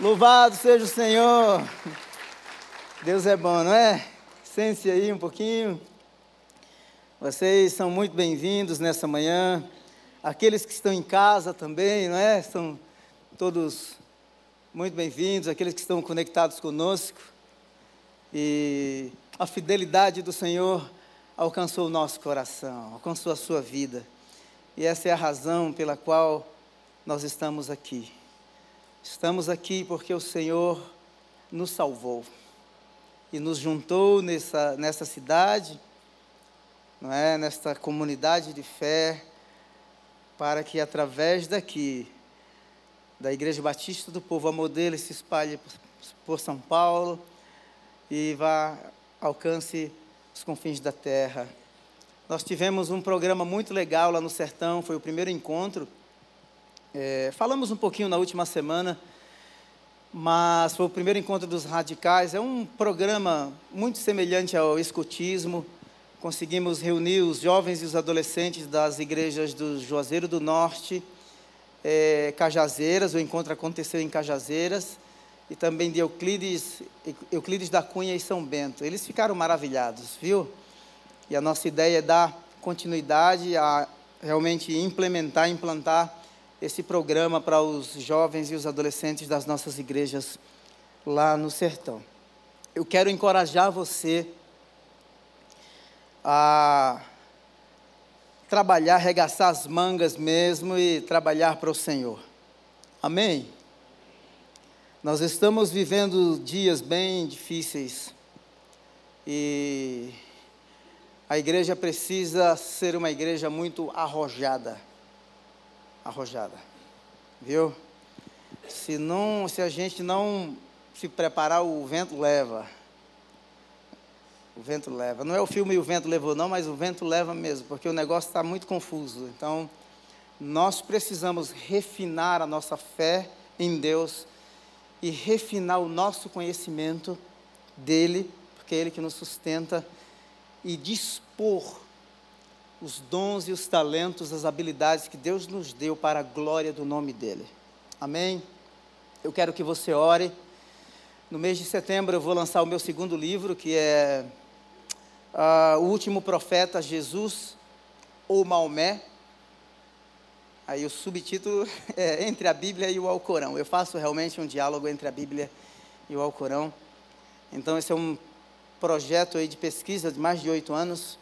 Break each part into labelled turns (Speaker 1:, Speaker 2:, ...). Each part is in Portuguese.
Speaker 1: Louvado seja o Senhor. Deus é bom, não é? Sente-se aí um pouquinho. Vocês são muito bem-vindos nessa manhã. Aqueles que estão em casa também, não é? São todos muito bem-vindos. Aqueles que estão conectados conosco. E a fidelidade do Senhor alcançou o nosso coração, alcançou a sua vida. E essa é a razão pela qual nós estamos aqui. Estamos aqui porque o Senhor nos salvou e nos juntou nessa cidade, não é? Nesta comunidade de fé, para que através daqui, da Igreja Batista do Povo Amor dele, se espalhe por São Paulo e alcance os confins da terra. Nós tivemos um programa muito legal lá no Sertão, foi o primeiro encontro. Falamos um pouquinho na última semana, mas foi o primeiro encontro dos radicais. É um programa muito semelhante ao escotismo. Conseguimos reunir os jovens e os adolescentes das igrejas do Juazeiro do Norte, Cajazeiras. O encontro aconteceu em Cajazeiras, e também de Euclides da Cunha e São Bento. Eles ficaram maravilhados, viu? E a nossa ideia é dar continuidade a realmente implantar esse programa para os jovens e os adolescentes das nossas igrejas lá no Sertão. Eu quero encorajar você a trabalhar, arregaçar as mangas mesmo e trabalhar para o Senhor. Amém? Nós estamos vivendo dias bem difíceis e a igreja precisa ser uma igreja muito arrojada, viu? Se a gente não se preparar, o vento leva. O vento leva. Não é o filme O Vento Levou não, mas o vento leva mesmo, porque o negócio está muito confuso. Então, nós precisamos refinar a nossa fé em Deus e refinar o nosso conhecimento dEle, porque é Ele que nos sustenta, e dispor os dons e os talentos, as habilidades que Deus nos deu para a glória do nome dEle. Amém? Eu quero que você ore. No mês de setembro eu vou lançar o meu segundo livro, que é O Último Profeta, Jesus ou Maomé. Aí o subtítulo é Entre a Bíblia e o Alcorão. Eu faço realmente um diálogo entre a Bíblia e o Alcorão. Então esse é um projeto aí de pesquisa de mais de 8 anos.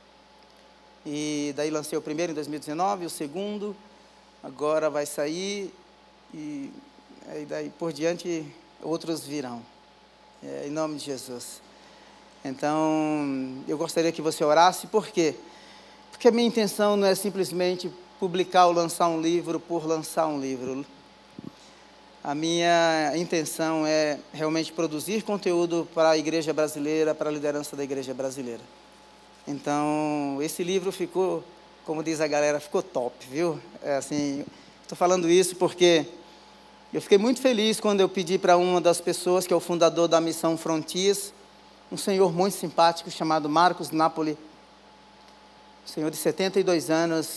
Speaker 1: E daí lancei o primeiro em 2019, o segundo agora vai sair, e daí por diante outros virão, em nome de Jesus. Então, eu gostaria que você orasse. Por quê? Porque a minha intenção não é simplesmente publicar ou lançar um livro por lançar um livro. A minha intenção é realmente produzir conteúdo para a igreja brasileira, para a liderança da igreja brasileira. Então, esse livro ficou, como diz a galera, ficou top, viu? Estou falando isso porque eu fiquei muito feliz quando eu pedi para uma das pessoas, que é o fundador da Missão Frontiers, um senhor muito simpático chamado Marcos Napoli, um senhor de 72 anos.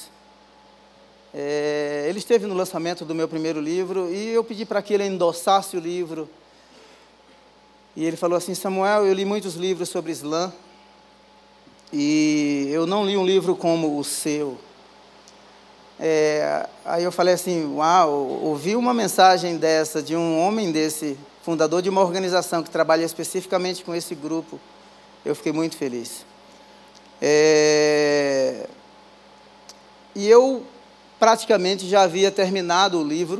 Speaker 1: Ele esteve no lançamento do meu primeiro livro e eu pedi para que ele endossasse o livro. E ele falou assim: Samuel, eu li muitos livros sobre Islã, e eu não li um livro como o seu. Aí eu falei assim: uau, ouvi uma mensagem dessa, de um homem desse, fundador de uma organização que trabalha especificamente com esse grupo. Eu fiquei muito feliz. E eu praticamente já havia terminado o livro.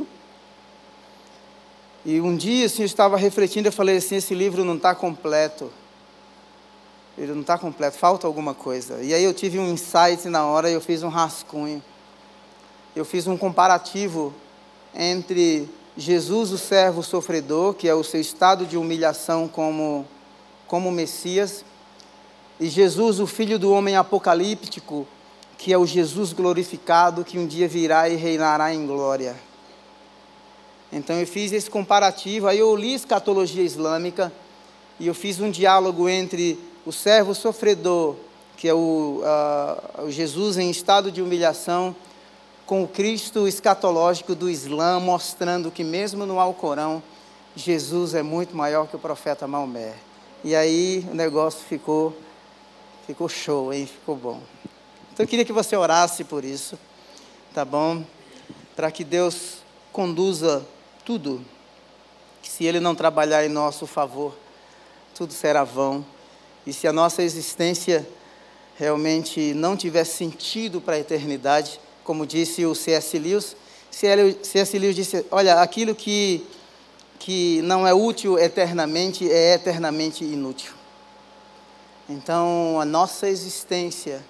Speaker 1: E um dia, assim, eu estava refletindo, eu falei assim: esse livro não está completo. Ele não está completo, falta alguma coisa. E aí eu tive um insight na hora, eu fiz um rascunho. Eu fiz um comparativo entre Jesus, o servo sofredor, que é o seu estado de humilhação como Messias, e Jesus, o filho do homem apocalíptico, que é o Jesus glorificado, que um dia virá e reinará em glória. Então eu fiz esse comparativo, aí eu li escatologia islâmica, e eu fiz um diálogo entre o servo sofredor, que é o Jesus em estado de humilhação, com o Cristo escatológico do Islã, mostrando que mesmo no Alcorão, Jesus é muito maior que o profeta Maomé. E aí o negócio ficou show, hein? Ficou bom. Então eu queria que você orasse por isso, tá bom? Para que Deus conduza tudo. Que se Ele não trabalhar em nosso favor, tudo será vão. E se a nossa existência realmente não tiver sentido para a eternidade, como disse o C.S. Lewis, C.S. Lewis disse, olha, aquilo que não é útil eternamente, é eternamente inútil. Então, a nossa existência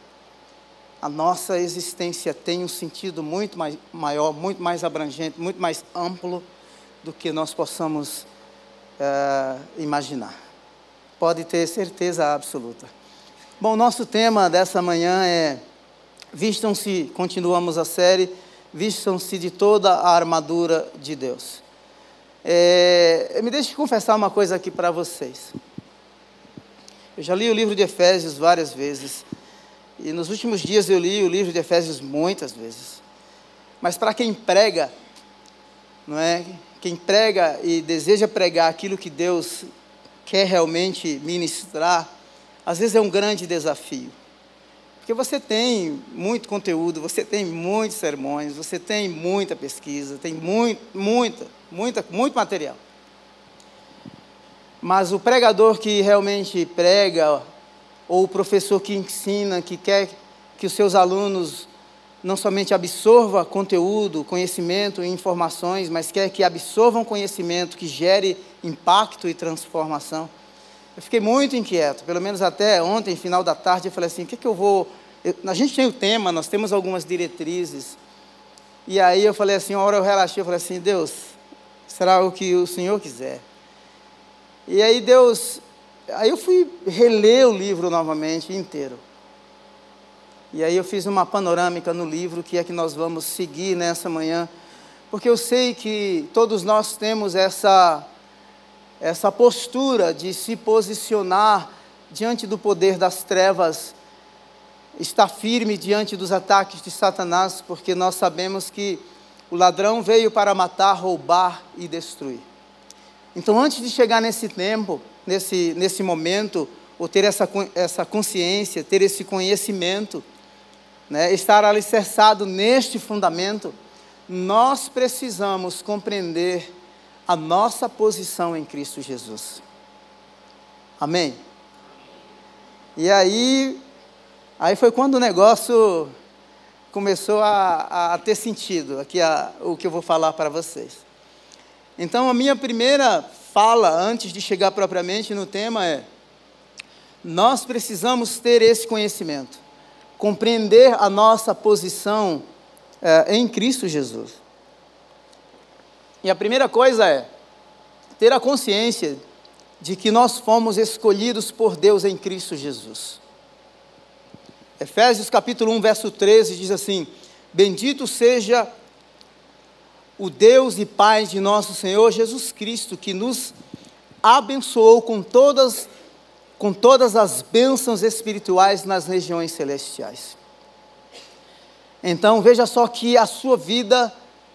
Speaker 1: tem um sentido muito mais maior, muito mais abrangente, muito mais amplo do que nós possamos imaginar. Pode ter certeza absoluta. Bom, nosso tema dessa manhã é vistam-se, continuamos a série, vistam-se de toda a armadura de Deus. Me deixe confessar uma coisa aqui para vocês. Eu já li o livro de Efésios várias vezes, e nos últimos dias eu li o livro de Efésios muitas vezes. Mas para quem prega, não é? Quem prega e deseja pregar aquilo que Deus quer realmente ministrar, às vezes é um grande desafio. Porque você tem muito conteúdo, você tem muitos sermões, você tem muita pesquisa, tem muito material. Mas o pregador que realmente prega, ou o professor que ensina, que quer que os seus alunos não somente absorvam conteúdo, conhecimento e informações, mas quer que absorvam conhecimento que gere impacto e transformação. Eu fiquei muito inquieto, pelo menos até ontem, final da tarde, eu falei assim, a gente tem o tema, nós temos algumas diretrizes, e aí eu falei assim, uma hora eu relaxei, eu falei assim, Deus, será o que o Senhor quiser. E aí aí eu fui reler o livro novamente, inteiro. E aí eu fiz uma panorâmica no livro, que é que nós vamos seguir nessa manhã, porque eu sei que todos nós temos essa postura de se posicionar diante do poder das trevas, estar firme diante dos ataques de Satanás, porque nós sabemos que o ladrão veio para matar, roubar e destruir. Então, antes de chegar nesse tempo, nesse momento, ou ter essa consciência, ter esse conhecimento, né, estar alicerçado neste fundamento, nós precisamos compreender a nossa posição em Cristo Jesus. Amém? E aí foi quando o negócio começou a ter sentido, aqui o que eu vou falar para vocês. Então, a minha primeira fala, antes de chegar propriamente no tema, nós precisamos ter esse conhecimento, compreender a nossa posição em Cristo Jesus. E a primeira coisa é ter a consciência de que nós fomos escolhidos por Deus em Cristo Jesus. Efésios capítulo 1, verso 13 diz assim, bendito seja o Deus e Pai de nosso Senhor Jesus Cristo, que nos abençoou com todas as bênçãos espirituais nas regiões celestiais. Então, veja só que a sua vida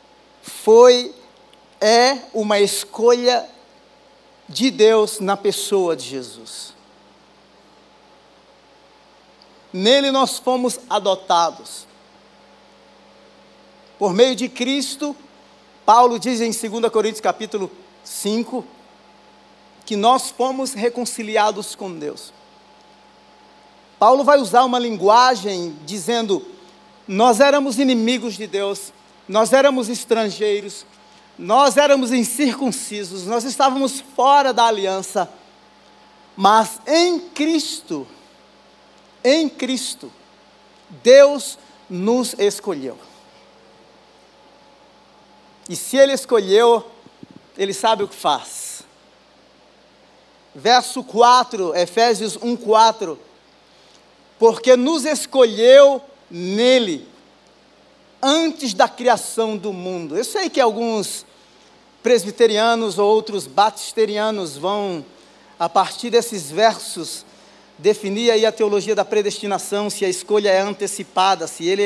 Speaker 1: é uma escolha de Deus na pessoa de Jesus. Nele nós fomos adotados. Por meio de Cristo, Paulo diz em 2 Coríntios capítulo 5, que nós fomos reconciliados com Deus. Paulo vai usar uma linguagem dizendo, nós éramos inimigos de Deus, nós éramos estrangeiros, nós éramos incircuncisos, nós estávamos fora da aliança, mas em Cristo, Deus nos escolheu. E se Ele escolheu, Ele sabe o que faz. Verso 4, Efésios 1:4, porque nos escolheu nele, antes da criação do mundo. Eu sei que alguns presbiterianos ou outros batisterianos vão, a partir desses versos, definir aí a teologia da predestinação, se a escolha é antecipada, se ele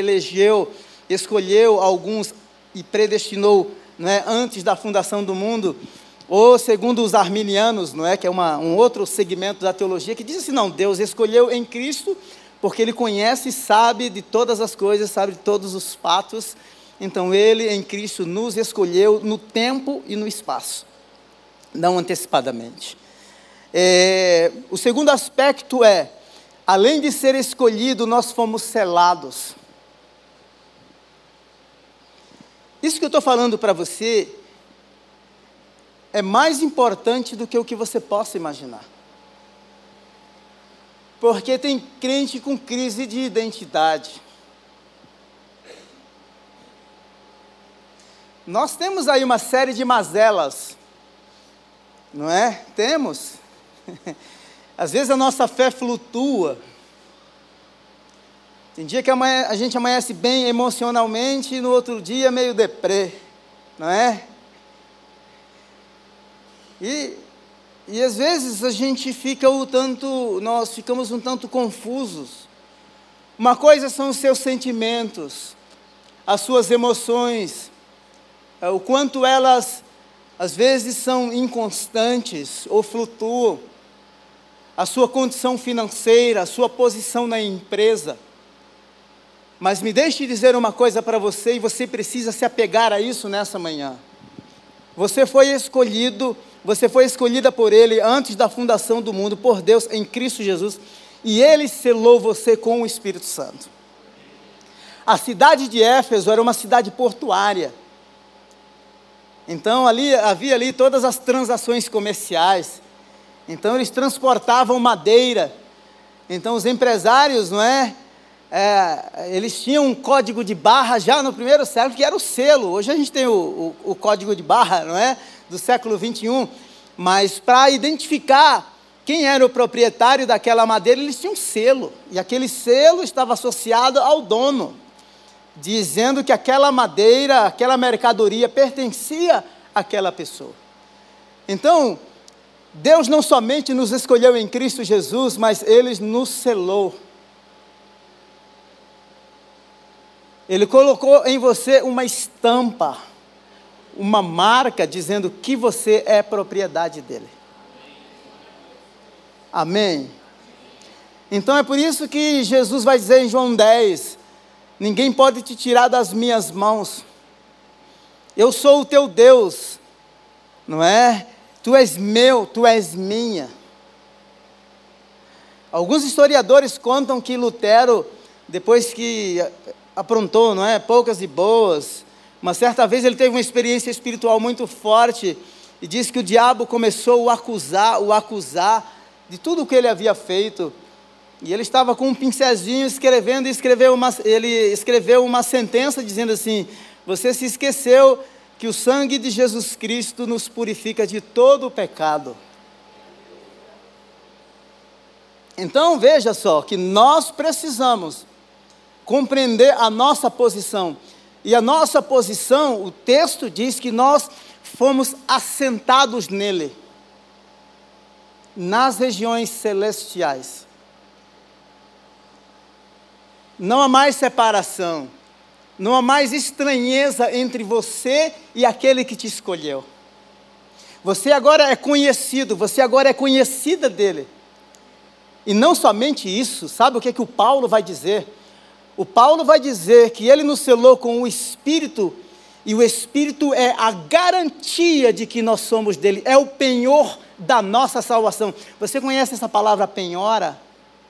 Speaker 1: escolheu alguns e predestinou, né, antes da fundação do mundo. Ou segundo os arminianos, não é? Que é um outro segmento da teologia, que diz assim, não, Deus escolheu em Cristo, porque Ele conhece e sabe de todas as coisas, sabe de todos os fatos. Então Ele em Cristo nos escolheu no tempo e no espaço, não antecipadamente. O segundo aspecto é, além de ser escolhido, nós fomos selados. Isso que eu estou falando para você é mais importante do que o que você possa imaginar. Porque tem crente com crise de identidade. Nós temos aí uma série de mazelas, não é? Temos. Às vezes a nossa fé flutua. Tem dia que a gente amanhece bem emocionalmente e no outro dia meio deprê, não é? E às vezes a gente fica nós ficamos um tanto confusos. Uma coisa são os seus sentimentos, as suas emoções, o quanto elas às vezes são inconstantes ou flutuam, a sua condição financeira, a sua posição na empresa. Mas me deixe dizer uma coisa para você, e você precisa se apegar a isso nessa manhã. Você foi escolhida por Ele antes da fundação do mundo, por Deus em Cristo Jesus, e Ele selou você com o Espírito Santo. A cidade de Éfeso era uma cidade portuária. Então havia ali todas as transações comerciais. Então eles transportavam madeira. Então os empresários, não é? Eles tinham um código de barra já no primeiro século, que era o selo. Hoje a gente tem o código de barra, não é? Do século 21. Mas para identificar quem era o proprietário daquela madeira, eles tinham um selo. E aquele selo estava associado ao dono, dizendo que aquela madeira, aquela mercadoria pertencia àquela pessoa. Então, Deus não somente nos escolheu em Cristo Jesus, mas Ele nos selou. Ele colocou em você uma estampa, uma marca, dizendo que você é propriedade dEle. Amém? Então é por isso que Jesus vai dizer em João 10, ninguém pode te tirar das minhas mãos. Eu sou o teu Deus, não é? Tu és meu, tu és minha. Alguns historiadores contam que Lutero, depois que aprontou, não é? Poucas e boas, uma certa vez ele teve uma experiência espiritual muito forte, e diz que o diabo começou a acusar de tudo o que ele havia feito, e ele estava com um pincelzinho escrevendo, ele escreveu uma sentença dizendo assim, você se esqueceu que o sangue de Jesus Cristo nos purifica de todo o pecado. Então veja só, que nós precisamos compreender a nossa posição, e a nossa posição, o texto diz que nós fomos assentados nele, nas regiões celestiais. Não há mais separação, não há mais estranheza entre você e aquele que te escolheu. Você agora é conhecido, você agora é conhecida dele. E não somente isso, sabe o que o Paulo vai dizer? O Paulo vai dizer que ele nos selou com o Espírito, e o Espírito é a garantia de que nós somos dele, é o penhor da nossa salvação. Você conhece essa palavra penhora?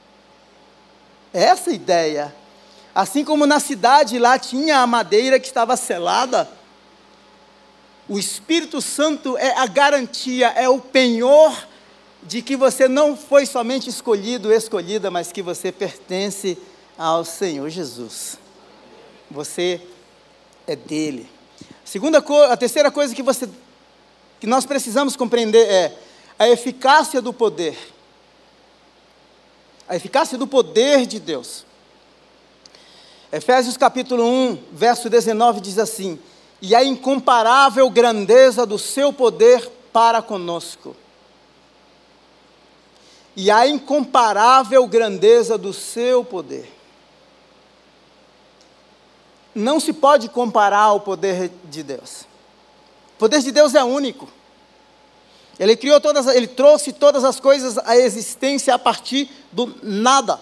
Speaker 1: É essa a ideia. Assim como na cidade lá tinha a madeira que estava selada, o Espírito Santo é a garantia, é o penhor de que você não foi somente escolhida, mas que você pertence ao Senhor Jesus. Você é dele. A terceira coisa que nós precisamos compreender é a eficácia do poder. A eficácia do poder de Deus. Efésios capítulo 1, verso 19 diz assim, e a incomparável grandeza do seu poder para conosco. E a incomparável grandeza do seu poder. Não se pode comparar ao poder de Deus. O poder de Deus é único. Ele trouxe todas as coisas à existência a partir do nada.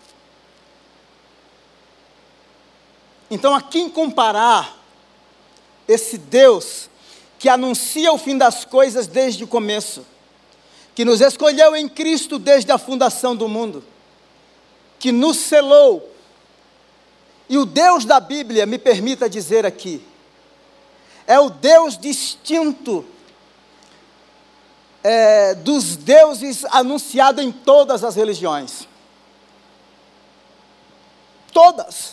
Speaker 1: Então, a quem comparar esse Deus que anuncia o fim das coisas desde o começo, que nos escolheu em Cristo desde a fundação do mundo, que nos selou, e o Deus da Bíblia, me permita dizer aqui, é o Deus distinto dos deuses anunciados em todas as religiões. Todas.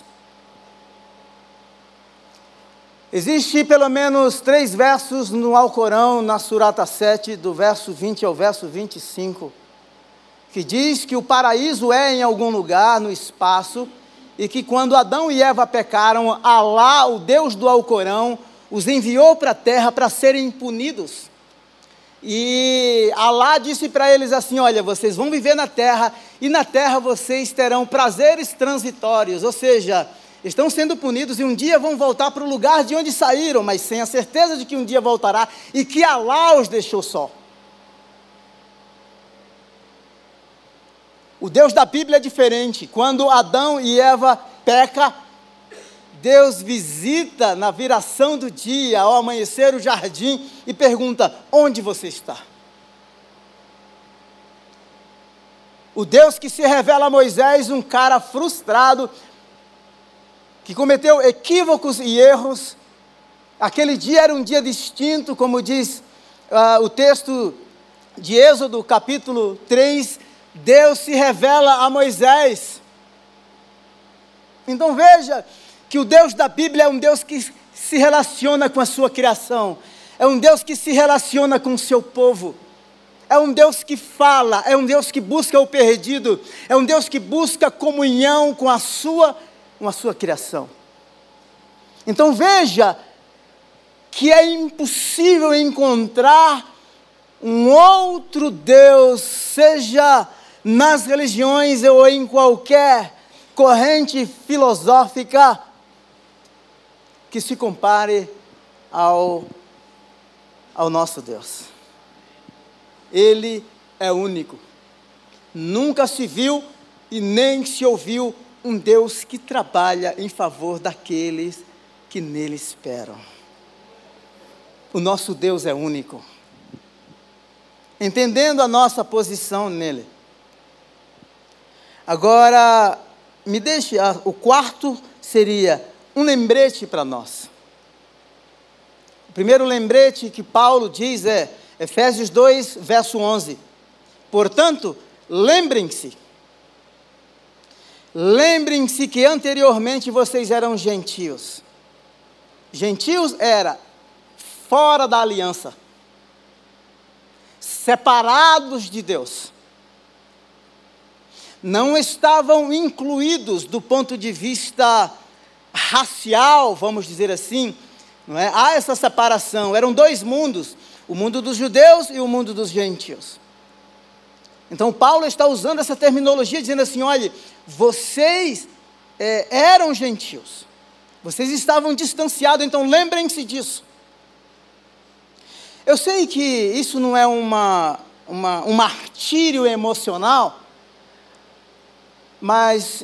Speaker 1: Existe pelo menos 3 versos no Alcorão, na Surata 7, do verso 20 ao verso 25, que diz que o paraíso é em algum lugar no espaço, e que quando Adão e Eva pecaram, Alá, o Deus do Alcorão, os enviou para a terra para serem punidos. E Alá disse para eles assim: olha, vocês vão viver na terra, e na terra vocês terão prazeres transitórios, ou seja, estão sendo punidos e um dia vão voltar para o lugar de onde saíram, mas sem a certeza de que um dia voltará, e que Alá os deixou só. O Deus da Bíblia é diferente. Quando Adão e Eva pecam, Deus visita na viração do dia, ao amanhecer o jardim, e pergunta: onde você está? O Deus que se revela a Moisés, um cara frustrado, que cometeu equívocos e erros. Aquele dia era um dia distinto, como diz o texto de Êxodo, capítulo 3, Deus se revela a Moisés. Então veja que o Deus da Bíblia é um Deus que se relaciona com a sua criação, é um Deus que se relaciona com o seu povo, é um Deus que fala, é um Deus que busca o perdido, é um Deus que busca comunhão com a sua criação. Então veja que é impossível encontrar um outro Deus, seja nas religiões ou em qualquer corrente filosófica, que se compare ao nosso Deus. Ele é único. Nunca se viu e nem se ouviu um Deus que trabalha em favor daqueles que nele esperam. O nosso Deus é único. Entendendo a nossa posição nele. Agora, me deixe, o quarto seria um lembrete para nós. O primeiro lembrete que Paulo diz é Efésios 2, verso 11. Portanto, lembrem-se que anteriormente vocês eram gentios. Gentios era fora da aliança, separados de Deus. Não estavam incluídos do ponto de vista racial, vamos dizer assim, não é? Há essa separação, eram 2 mundos, o mundo dos judeus e o mundo dos gentios. Então Paulo está usando essa terminologia, dizendo assim: olha, vocês eram gentios, vocês estavam distanciados, então lembrem-se disso. Eu sei que isso não é um martírio emocional, mas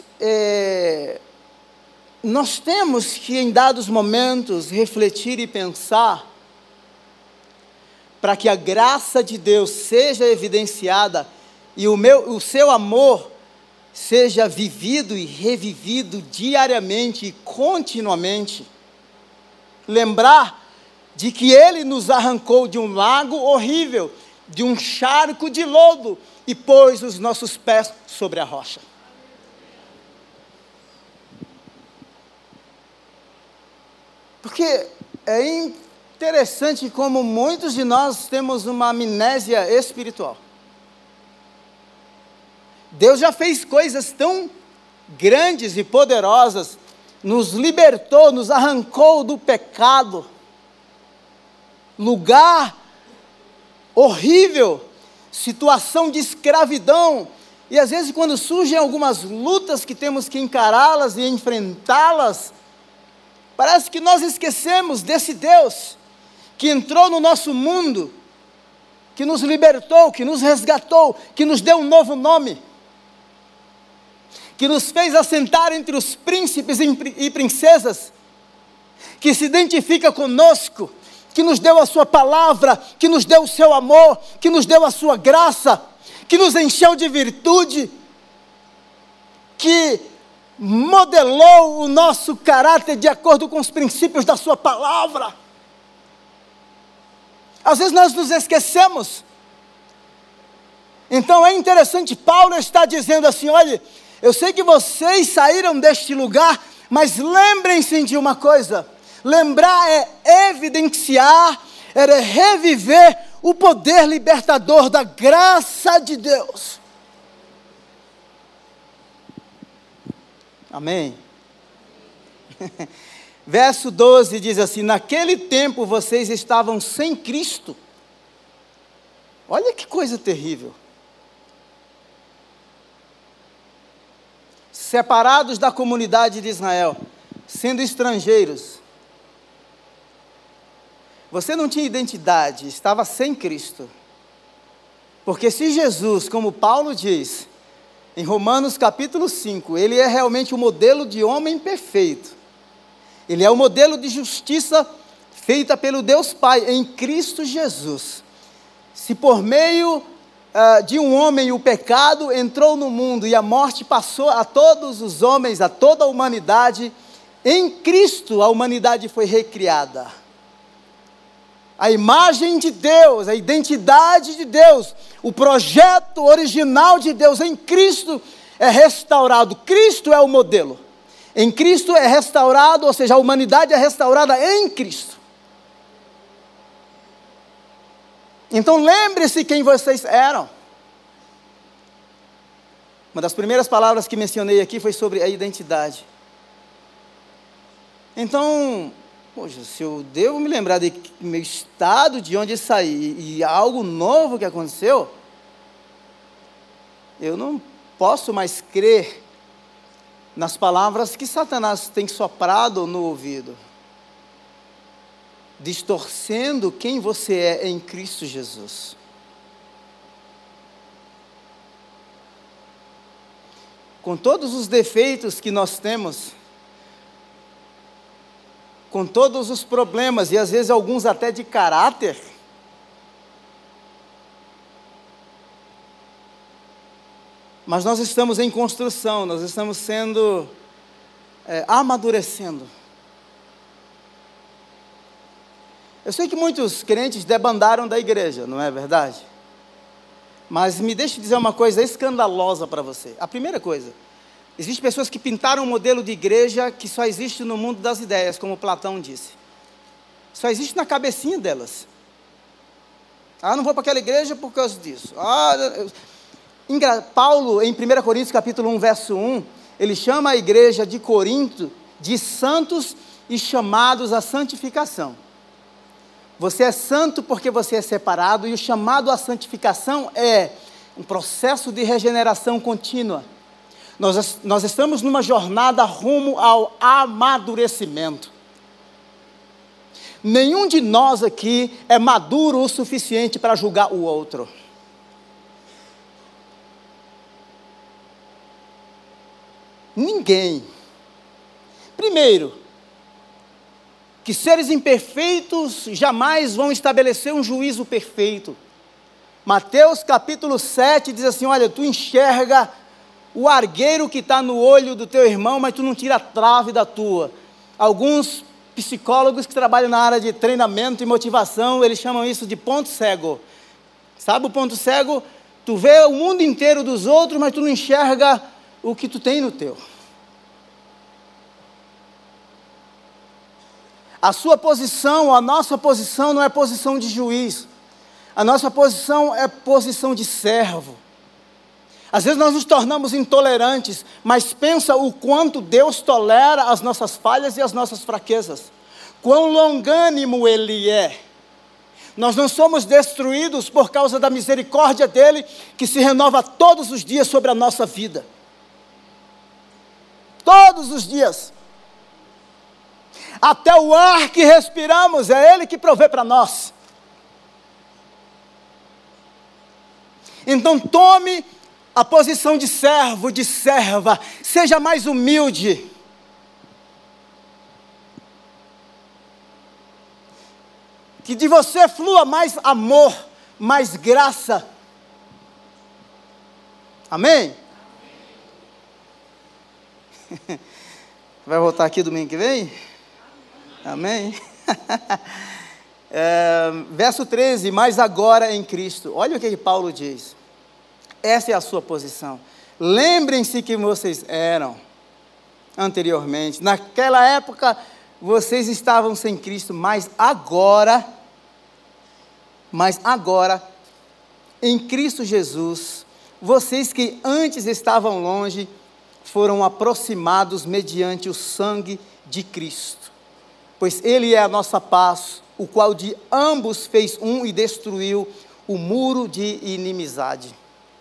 Speaker 1: nós temos que, em dados momentos, refletir e pensar, para que a graça de Deus seja evidenciada e o seu amor seja vivido e revivido diariamente e continuamente. Lembrar de que Ele nos arrancou de um lago horrível, de um charco de lodo, e pôs os nossos pés sobre a rocha. Porque é interessante como muitos de nós temos uma amnésia espiritual. Deus já fez coisas tão grandes e poderosas, nos libertou, nos arrancou do pecado, lugar horrível, situação de escravidão, e às vezes quando surgem algumas lutas que temos que encará-las e enfrentá-las, parece que nós esquecemos desse Deus que entrou no nosso mundo que nos libertou, que nos resgatou, que nos deu um novo nome, que nos fez assentar entre os príncipes e princesas, que se identifica conosco, que nos deu a sua palavra, que nos deu o seu amor, que nos deu a sua graça, que nos encheu de virtude, que modelou o nosso caráter de acordo com os princípios da sua palavra. Às vezes nós nos esquecemos. Então é interessante, Paulo está dizendo assim: olha, eu sei que vocês saíram deste lugar, mas lembrem-se de uma coisa. Lembrar é evidenciar, é reviver o poder libertador da graça de Deus. Amém? Verso 12 diz assim: naquele tempo vocês estavam sem Cristo. Olha que coisa terrível. Separados da comunidade de Israel, sendo estrangeiros. Você não tinha identidade, estava sem Cristo. Porque se Jesus, como Paulo diz, em Romanos capítulo 5, ele é realmente o modelo de homem perfeito. Ele é o modelo de justiça feita pelo Deus Pai, em Cristo Jesus. Se por meio de um homem o pecado entrou no mundo e a morte passou a todos os homens, a toda a humanidade, em Cristo a humanidade foi recriada. A imagem de Deus, a identidade de Deus, o projeto original de Deus em Cristo é restaurado. Cristo é o modelo. Em Cristo é restaurado, ou seja, a humanidade é restaurada em Cristo. Então lembre-se quem vocês eram. Uma das primeiras palavras que mencionei aqui foi sobre a identidade. Então, poxa, se eu devo me lembrar do meu estado, de onde saí, e algo novo que aconteceu, eu não posso mais crer nas palavras que Satanás tem soprado no ouvido, distorcendo quem você é em Cristo Jesus. Com todos os defeitos que nós temos, com todos os problemas, e às vezes alguns até de caráter, mas nós estamos em construção, nós estamos sendo, amadurecendo. Eu sei que muitos crentes debandaram da igreja, não é verdade? Mas me deixe dizer uma coisa escandalosa para você. A primeira coisa, existem pessoas que pintaram um modelo de igreja que só existe no mundo das ideias, como Platão disse. Só existe na cabecinha delas. Não vou para aquela igreja por causa disso. Paulo, em 1 Coríntios capítulo 1, verso 1, ele chama a igreja de Corinto de santos e chamados à santificação. Você é santo porque você é separado, e o chamado à santificação é um processo de regeneração contínua. Nós estamos numa jornada rumo ao amadurecimento. Nenhum de nós aqui é maduro o suficiente para julgar o outro. Ninguém. Primeiro, que seres imperfeitos jamais vão estabelecer um juízo perfeito. Mateus capítulo 7 diz assim: olha, tu enxerga o argueiro que está no olho do teu irmão, mas tu não tira a trave da tua. Alguns psicólogos que trabalham na área de treinamento e motivação, eles chamam isso de ponto cego. Sabe o ponto cego? Tu vê o mundo inteiro dos outros, mas tu não enxerga o que tu tem no teu. A sua posição, a nossa posição não é posição de juiz. A nossa posição é posição de servo. Às vezes nós nos tornamos intolerantes, mas pensa o quanto Deus tolera as nossas falhas e as nossas fraquezas. Quão longânimo Ele é. Nós não somos destruídos por causa da misericórdia dEle, que se renova todos os dias sobre a nossa vida. Todos os dias. Até o ar que respiramos, é Ele que provê para nós. Então tome a posição de servo, de serva, seja mais humilde. Que de você flua mais amor, mais graça. Amém? Vai voltar aqui domingo que vem? Amém? Verso 13, mas agora em Cristo. Olha o que Paulo diz. Essa é a sua posição. Lembrem-se que vocês eram anteriormente. Naquela época, vocês estavam sem Cristo, mas agora, em Cristo Jesus, vocês que antes estavam longe, foram aproximados mediante o sangue de Cristo. Pois Ele é a nossa paz, o qual de ambos fez um e destruiu o muro de inimizade.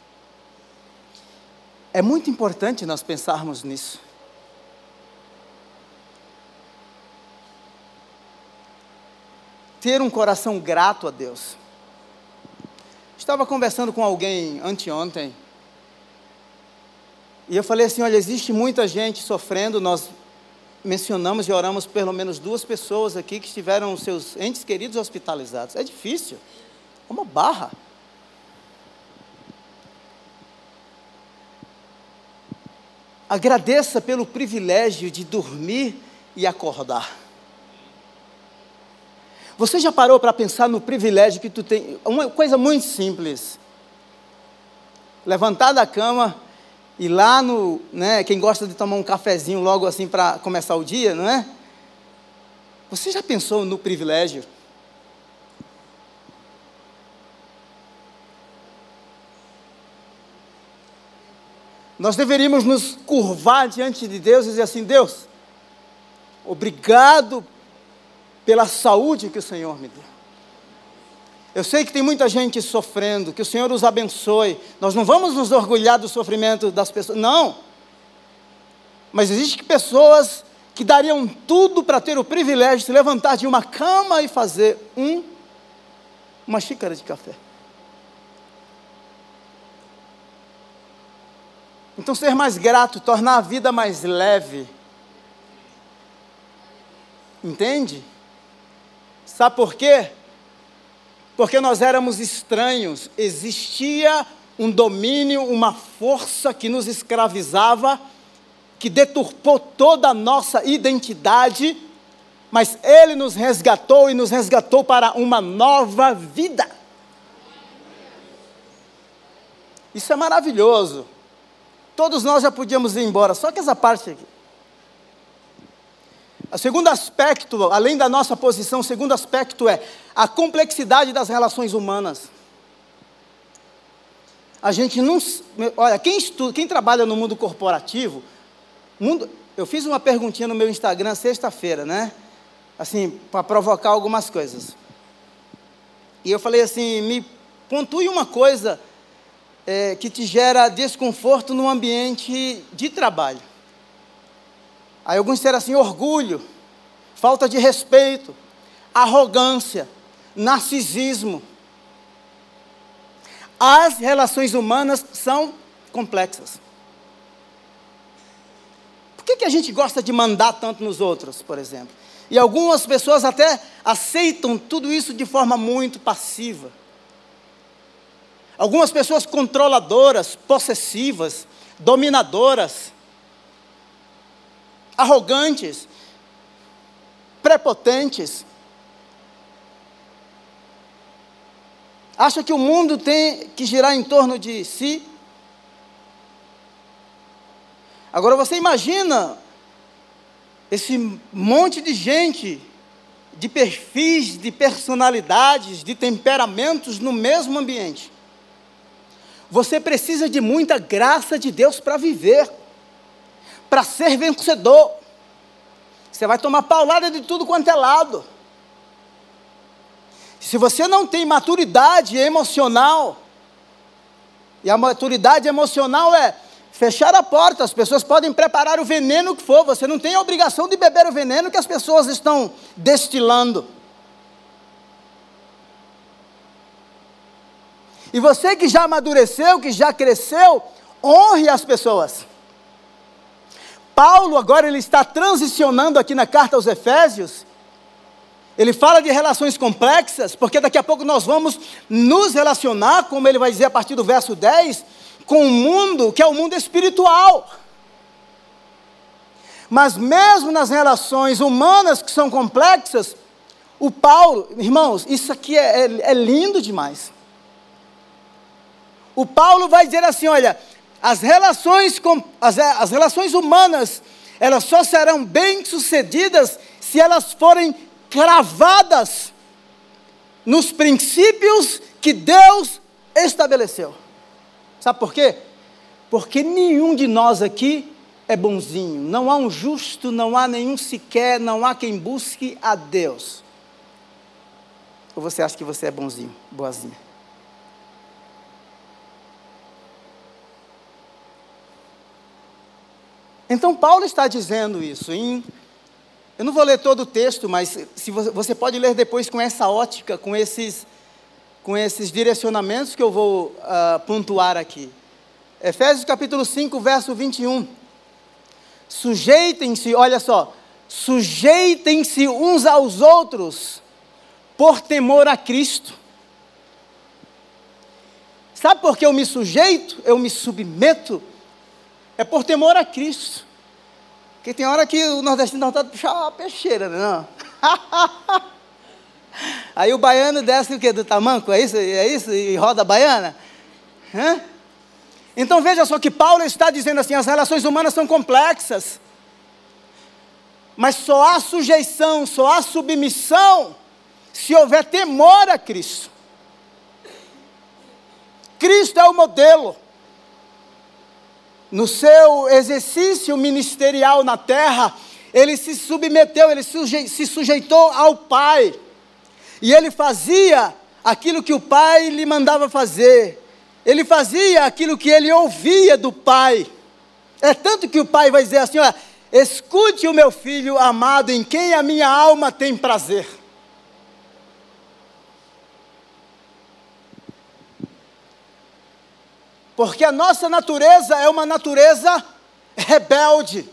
Speaker 1: É muito importante nós pensarmos nisso. Ter um coração grato a Deus. Estava conversando com alguém anteontem, e eu falei assim, olha, existe muita gente sofrendo, nós mencionamos e oramos pelo menos 2 pessoas aqui que tiveram seus entes queridos hospitalizados. É difícil, é uma barra. Agradeça pelo privilégio de dormir e acordar. Você já parou para pensar no privilégio que tu tem? Uma coisa muito simples. Levantar da cama e lá no, né, quem gosta de tomar um cafezinho logo assim para começar o dia, não é? Você já pensou no privilégio? Nós deveríamos nos curvar diante de Deus e dizer assim, Deus, obrigado pela saúde que o Senhor me deu. Eu sei que tem muita gente sofrendo, que o Senhor os abençoe. Nós não vamos nos orgulhar do sofrimento das pessoas, não. Mas existem pessoas que dariam tudo para ter o privilégio de se levantar de uma cama e fazer uma xícara de café. Então ser mais grato, tornar a vida mais leve. Entende? Sabe por quê? Porque nós éramos estranhos, existia um domínio, uma força que nos escravizava, que deturpou toda a nossa identidade, mas Ele nos resgatou e nos resgatou para uma nova vida. Isso é maravilhoso. Todos nós já podíamos ir embora, só que essa parte aqui. O segundo aspecto, além da nossa posição, o segundo aspecto é a complexidade das relações humanas. A gente não... Olha, quem trabalha no mundo corporativo, eu fiz uma perguntinha no meu Instagram sexta-feira, né? Assim, para provocar algumas coisas. E eu falei assim, me pontue uma coisa que te gera desconforto no ambiente de trabalho. Aí alguns disseram assim, orgulho, falta de respeito, arrogância, narcisismo. As relações humanas são complexas. Por que a gente gosta de mandar tanto nos outros, por exemplo? E algumas pessoas até aceitam tudo isso de forma muito passiva. Algumas pessoas controladoras, possessivas, dominadoras, arrogantes, prepotentes. Acha que o mundo tem que girar em torno de si? Agora você imagina esse monte de gente, de perfis, de personalidades, de temperamentos no mesmo ambiente. Você precisa de muita graça de Deus para viver, para ser vencedor. Você vai tomar paulada de tudo quanto é lado. Se você não tem maturidade emocional, e a maturidade emocional é fechar a porta, as pessoas podem preparar o veneno que for, você não tem a obrigação de beber o veneno que as pessoas estão destilando. E você que já amadureceu, que já cresceu, honre as pessoas. Paulo agora ele está transicionando aqui na carta aos Efésios. Ele fala de relações complexas, porque daqui a pouco nós vamos nos relacionar, como ele vai dizer a partir do verso 10, com um mundo que é o mundo espiritual. Mas mesmo nas relações humanas que são complexas, o Paulo, irmãos, isso aqui é lindo demais. O Paulo vai dizer assim, olha, as relações humanas, elas só serão bem-sucedidas se elas forem cravadas nos princípios que Deus estabeleceu. Sabe por quê? Porque nenhum de nós aqui é bonzinho. Não há um justo, não há nenhum sequer, não há quem busque a Deus. Ou você acha que você é bonzinho, boazinha? Então Paulo está dizendo isso eu não vou ler todo o texto, mas se você pode ler depois com essa ótica, com esses direcionamentos que eu vou pontuar aqui. Efésios capítulo 5, verso 21. Sujeitem-se, olha só, sujeitem-se uns aos outros por temor a Cristo. Sabe por que eu me sujeito? Eu me submeto? É por temor a Cristo. Porque tem hora que o nordestino dá vontade de puxar uma peixeira, não? Aí o baiano desce o quê? Do tamanco, é isso? E roda a baiana? Então veja só que Paulo está dizendo assim, as relações humanas são complexas. Mas só há sujeição, só há submissão, se houver temor a Cristo. Cristo é o modelo. No seu exercício ministerial na terra, ele se submeteu, ele se sujeitou ao Pai. E ele fazia aquilo que o Pai lhe mandava fazer. Ele fazia aquilo que ele ouvia do Pai. É tanto que o Pai vai dizer assim, olha, escute o meu filho amado, em quem a minha alma tem prazer. Porque a nossa natureza é uma natureza rebelde.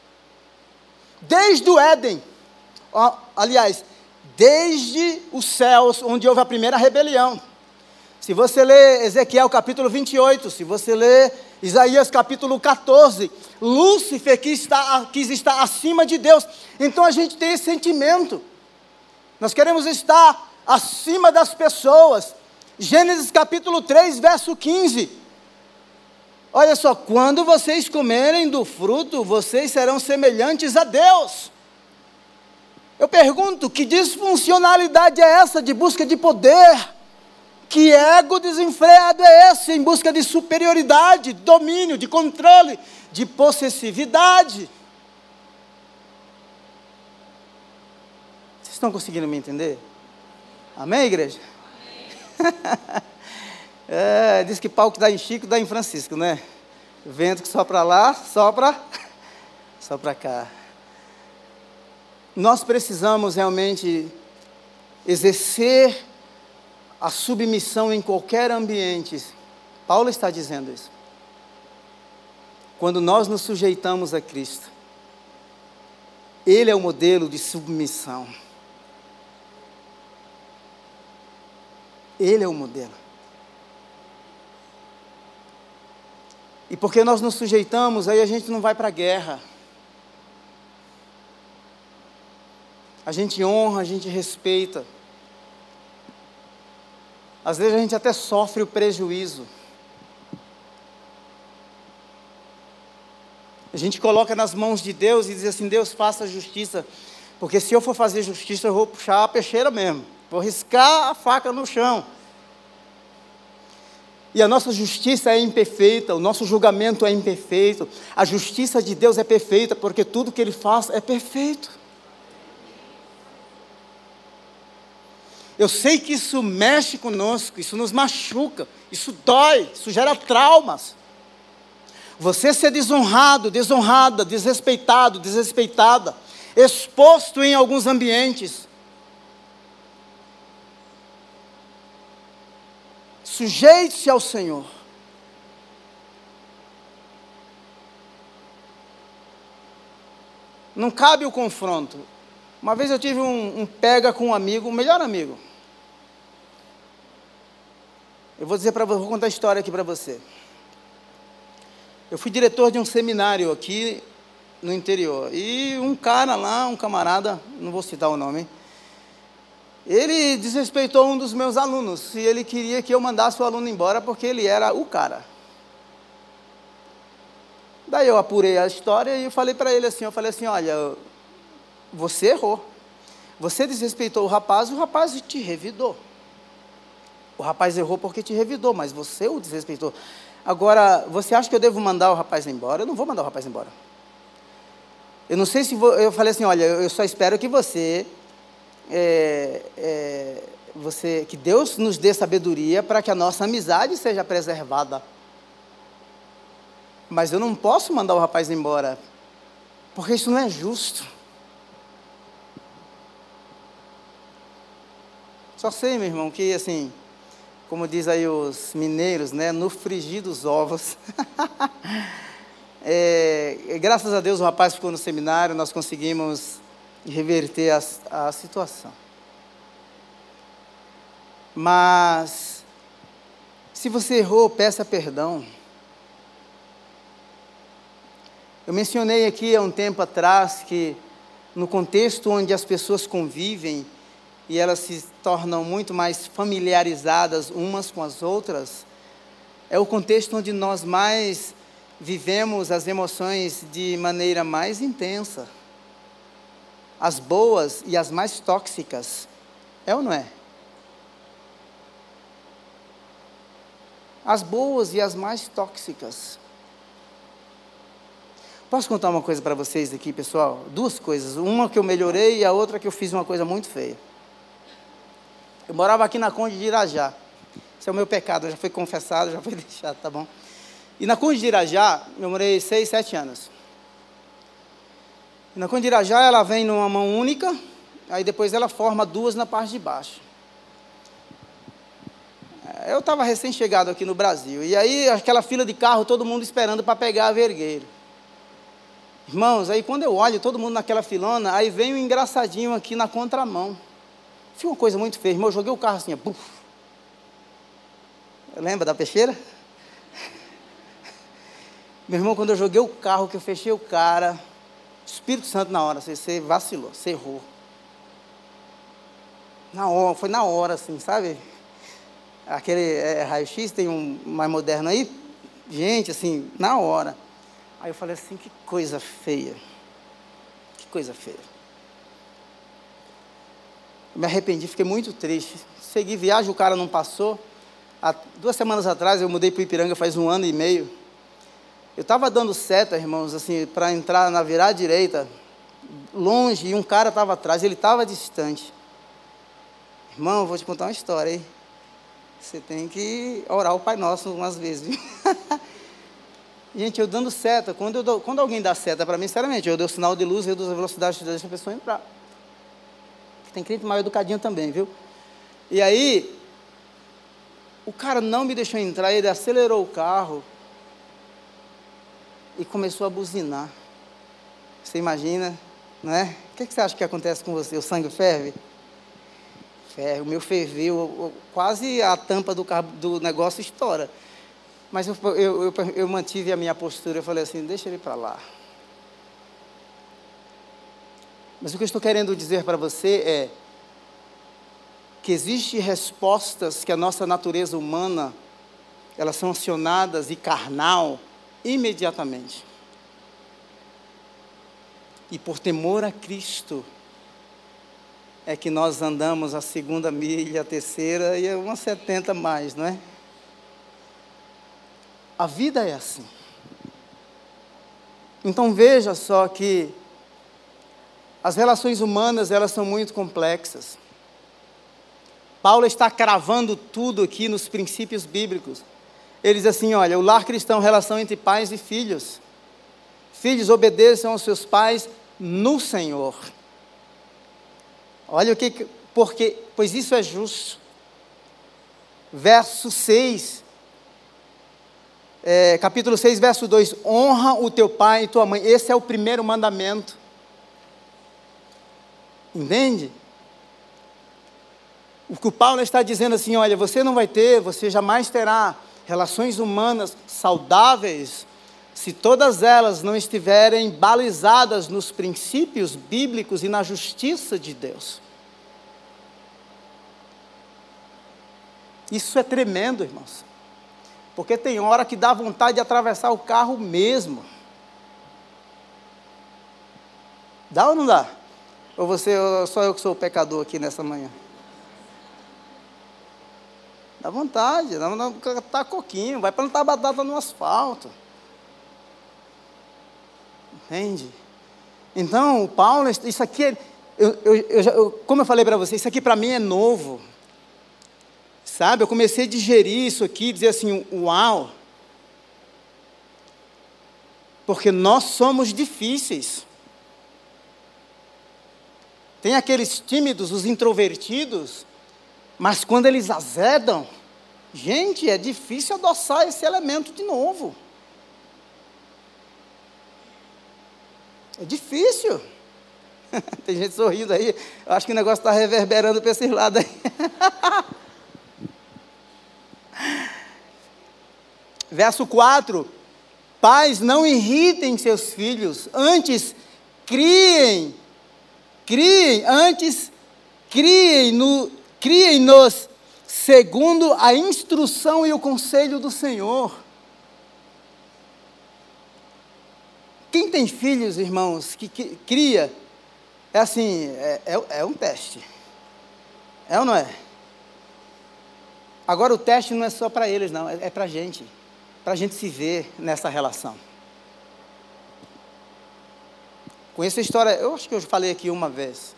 Speaker 1: Desde o Éden, aliás, desde os céus, onde houve a primeira rebelião. Se você ler Ezequiel capítulo 28, se você ler Isaías capítulo 14, Lúcifer quis estar acima de Deus. Então a gente tem esse sentimento. Nós queremos estar acima das pessoas. Gênesis capítulo 3, verso 15. Olha só, quando vocês comerem do fruto, vocês serão semelhantes a Deus. Eu pergunto, que disfuncionalidade é essa de busca de poder? Que ego desenfreado é esse em busca de superioridade, de domínio, de controle, de possessividade? Vocês estão conseguindo me entender? Amém, igreja? Amém. Diz que pau que dá em Chico, dá em Francisco, né? Vento que sopra lá, sopra cá. Nós precisamos realmente exercer a submissão em qualquer ambiente. Paulo está dizendo isso. Quando nós nos sujeitamos a Cristo, Ele é o modelo de submissão. Ele é o modelo. E porque nós nos sujeitamos, aí a gente não vai para a guerra. A gente honra, a gente respeita. Às vezes a gente até sofre o prejuízo. A gente coloca nas mãos de Deus e diz assim, Deus, faça a justiça. Porque se eu for fazer justiça, eu vou puxar a peixeira mesmo. Vou riscar a faca no chão. E a nossa justiça é imperfeita, o nosso julgamento é imperfeito. A justiça de Deus é perfeita, porque tudo que Ele faz é perfeito. Eu sei que isso mexe conosco, isso nos machuca, isso dói, isso gera traumas. Você ser desonrado, desonrada, desrespeitado, desrespeitada, exposto em alguns ambientes, Sujeite-se ao Senhor. Não cabe o confronto. Uma vez eu tive um pega com um amigo, um melhor amigo. Eu vou contar a história aqui para você. Eu fui diretor de um seminário aqui no interior. E um cara lá, um camarada, não vou citar o nome, ele desrespeitou um dos meus alunos. E ele queria que eu mandasse o aluno embora porque ele era o cara. Daí eu apurei a história e eu falei para ele assim, olha, você errou. Você desrespeitou o rapaz te revidou. O rapaz errou porque te revidou, mas você o desrespeitou. Agora, você acha que eu devo mandar o rapaz embora? Eu não vou mandar o rapaz embora. Eu não sei se eu falei assim, olha, eu só espero que que Deus nos dê sabedoria para que a nossa amizade seja preservada. Mas eu não posso mandar o rapaz embora, porque isso não é justo. Só sei, meu irmão, que assim, como diz aí os mineiros, né, no frigir dos ovos. Graças a Deus o rapaz ficou no seminário, nós conseguimos reverter a situação. Mas, se você errou, peça perdão. Eu mencionei aqui há um tempo atrás que, no contexto onde as pessoas convivem e elas se tornam muito mais familiarizadas umas com as outras, é o contexto onde nós mais vivemos as emoções de maneira mais intensa. As boas e as mais tóxicas. É ou não é? As boas e as mais tóxicas. Posso contar uma coisa para vocês aqui, pessoal? Duas coisas. Uma que eu melhorei e a outra que eu fiz uma coisa muito feia. Eu morava aqui na Conde de Irajá. Esse é o meu pecado, já foi confessado, já foi deixado, tá bom? E na Conde de Irajá, eu morei 6, 7 anos. E na Conde de Irajá, ela vem numa mão única, aí depois ela forma duas na parte de baixo. Eu estava recém-chegado aqui no Brasil, e aí aquela fila de carro, todo mundo esperando para pegar a vergueiro. Irmãos, aí quando eu olho todo mundo naquela filona, aí vem um engraçadinho aqui na contramão. Foi uma coisa muito feia, irmão, eu joguei o carro assim, puf. Lembra da peixeira? Meu irmão, quando eu joguei o carro, que eu fechei o cara, Espírito Santo na hora, você vacilou, você errou. Na hora, foi na hora, assim, sabe? Aquele raio-x, tem um mais moderno aí, gente, assim, na hora. Aí eu falei assim, que coisa feia. Que coisa feia. Eu me arrependi, fiquei muito triste. Segui viagem, o cara não passou. Há 2 semanas atrás, eu mudei para o Ipiranga faz 1 ano e meio. Eu estava dando seta, irmãos, assim, para entrar na virada direita, longe, e um cara estava atrás, ele estava distante. Irmão, eu vou te contar uma história, hein? Você tem que orar o Pai Nosso umas vezes, viu? Gente, eu dando seta, quando alguém dá seta para mim, sinceramente, eu dou sinal de luz, reduzo a velocidade, deixa a pessoa entrar. Tem crente mal educadinho também, viu? E aí, o cara não me deixou entrar, ele acelerou o carro e começou a buzinar. Você imagina, não é? O que você acha que acontece com você? O sangue ferve? Ferve, o meu ferveu, quase a tampa do negócio estoura. Mas eu mantive a minha postura, eu falei assim, deixa ele para lá. Mas o que eu estou querendo dizer para você é que existem respostas que a nossa natureza humana, elas são acionadas e carnal imediatamente. E por temor a Cristo, é que nós andamos a 2ª milha, a 3ª e umas 70 mais, não é? A vida é assim. Então veja só que as relações humanas, elas são muito complexas. Paulo está cravando tudo aqui nos princípios bíblicos. Ele diz assim, olha, o lar cristão, relação entre pais e filhos. Filhos, obedeçam aos seus pais no Senhor. Olha pois isso é justo. verso 6. Capítulo 6, verso 2. Honra o teu pai e tua mãe. Esse é o primeiro mandamento. Entende? O que o Paulo está dizendo assim, olha, você jamais terá relações humanas saudáveis se todas elas não estiverem balizadas nos princípios bíblicos e na justiça de Deus. Isso é tremendo, irmãos. Porque tem hora que dá vontade de atravessar o carro mesmo. Dá ou não dá? Ou só eu que sou o pecador aqui nessa manhã? Dá vontade, dá vontade de catar coquinho, vai plantar batata no asfalto. Entende? Então, o Paulo, isso aqui, como eu falei para você, isso aqui para mim é novo. Sabe, eu comecei a digerir isso aqui, dizer assim, uau. Porque nós somos difíceis. Tem aqueles tímidos, os introvertidos, mas quando eles azedam, gente, é difícil adoçar esse elemento de novo. É difícil. Tem gente sorrindo aí, eu acho que o negócio está reverberando para esse lado aí. Verso 4, pais, não irritem seus filhos, antes criem-nos segundo a instrução e o conselho do Senhor. Quem tem filhos, irmãos, que cria, é assim, é um teste. É ou não é? Agora o teste não é só para eles, não, é para a gente se ver nessa relação. Conheço a história, eu acho que eu falei aqui uma vez.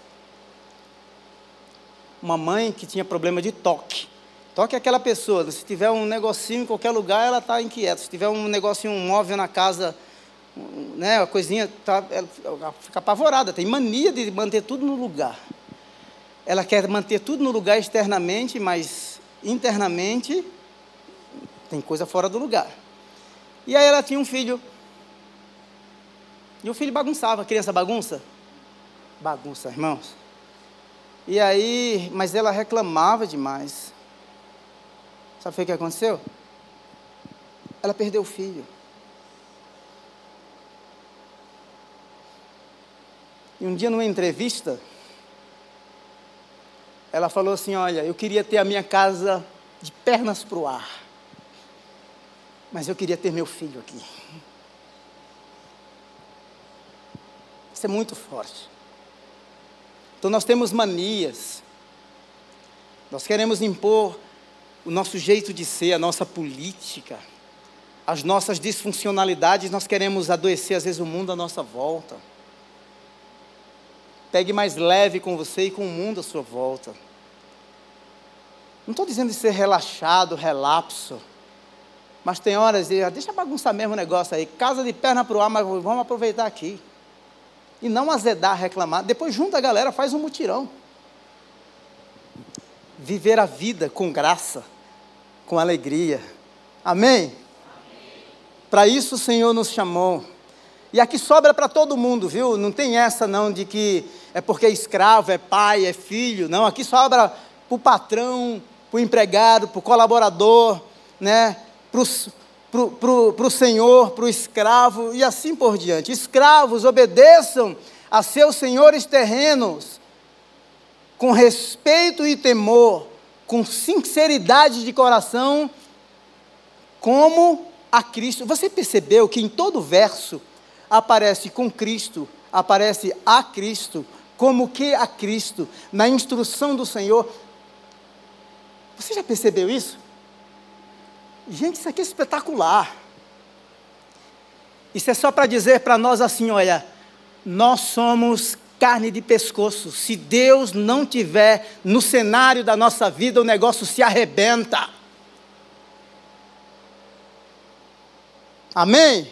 Speaker 1: Uma mãe que tinha problema de toque. Toque é aquela pessoa, se tiver um negocinho em qualquer lugar, ela está inquieta. Se tiver um negocinho, um móvel na casa, né, uma coisinha, ela fica apavorada, tem mania de manter tudo no lugar. Ela quer manter tudo no lugar externamente, mas internamente tem coisa fora do lugar. E aí ela tinha um filho. E o filho bagunçava. A criança bagunça? Bagunça, irmãos. E aí, mas ela reclamava demais. Sabe o que aconteceu? Ela perdeu o filho. E um dia, numa entrevista, ela falou assim, olha, eu queria ter a minha casa de pernas para o ar, mas eu queria ter meu filho aqui. Isso é muito forte. Então nós temos manias, nós queremos impor o nosso jeito de ser, a nossa política, as nossas disfuncionalidades, nós queremos adoecer às vezes o mundo à nossa volta. Pegue mais leve com você e com o mundo à sua volta. Não estou dizendo de ser relaxado, relapso, mas tem horas de, deixa bagunçar mesmo o negócio aí, casa de perna para o ar, mas vamos aproveitar aqui. E não azedar, reclamar. Depois junta a galera, faz um mutirão. Viver a vida com graça, com alegria. Amém? Para isso o Senhor nos chamou. E aqui sobra para todo mundo, viu? Não tem essa não de que é porque é escravo, é pai, é filho. Não, aqui sobra para o patrão, para o empregado, para o colaborador, né? Para o senhor, para o escravo e assim por diante. Escravos, obedeçam a seus senhores terrenos, com respeito e temor, com sinceridade de coração, como a Cristo. Você percebeu que em todo verso aparece com Cristo, aparece a Cristo, como que a Cristo, na instrução do Senhor. Você já percebeu isso? Gente, isso aqui é espetacular. Isso é só para dizer para nós assim, olha, nós somos carne de pescoço. Se Deus não tiver no cenário da nossa vida, o negócio se arrebenta. Amém?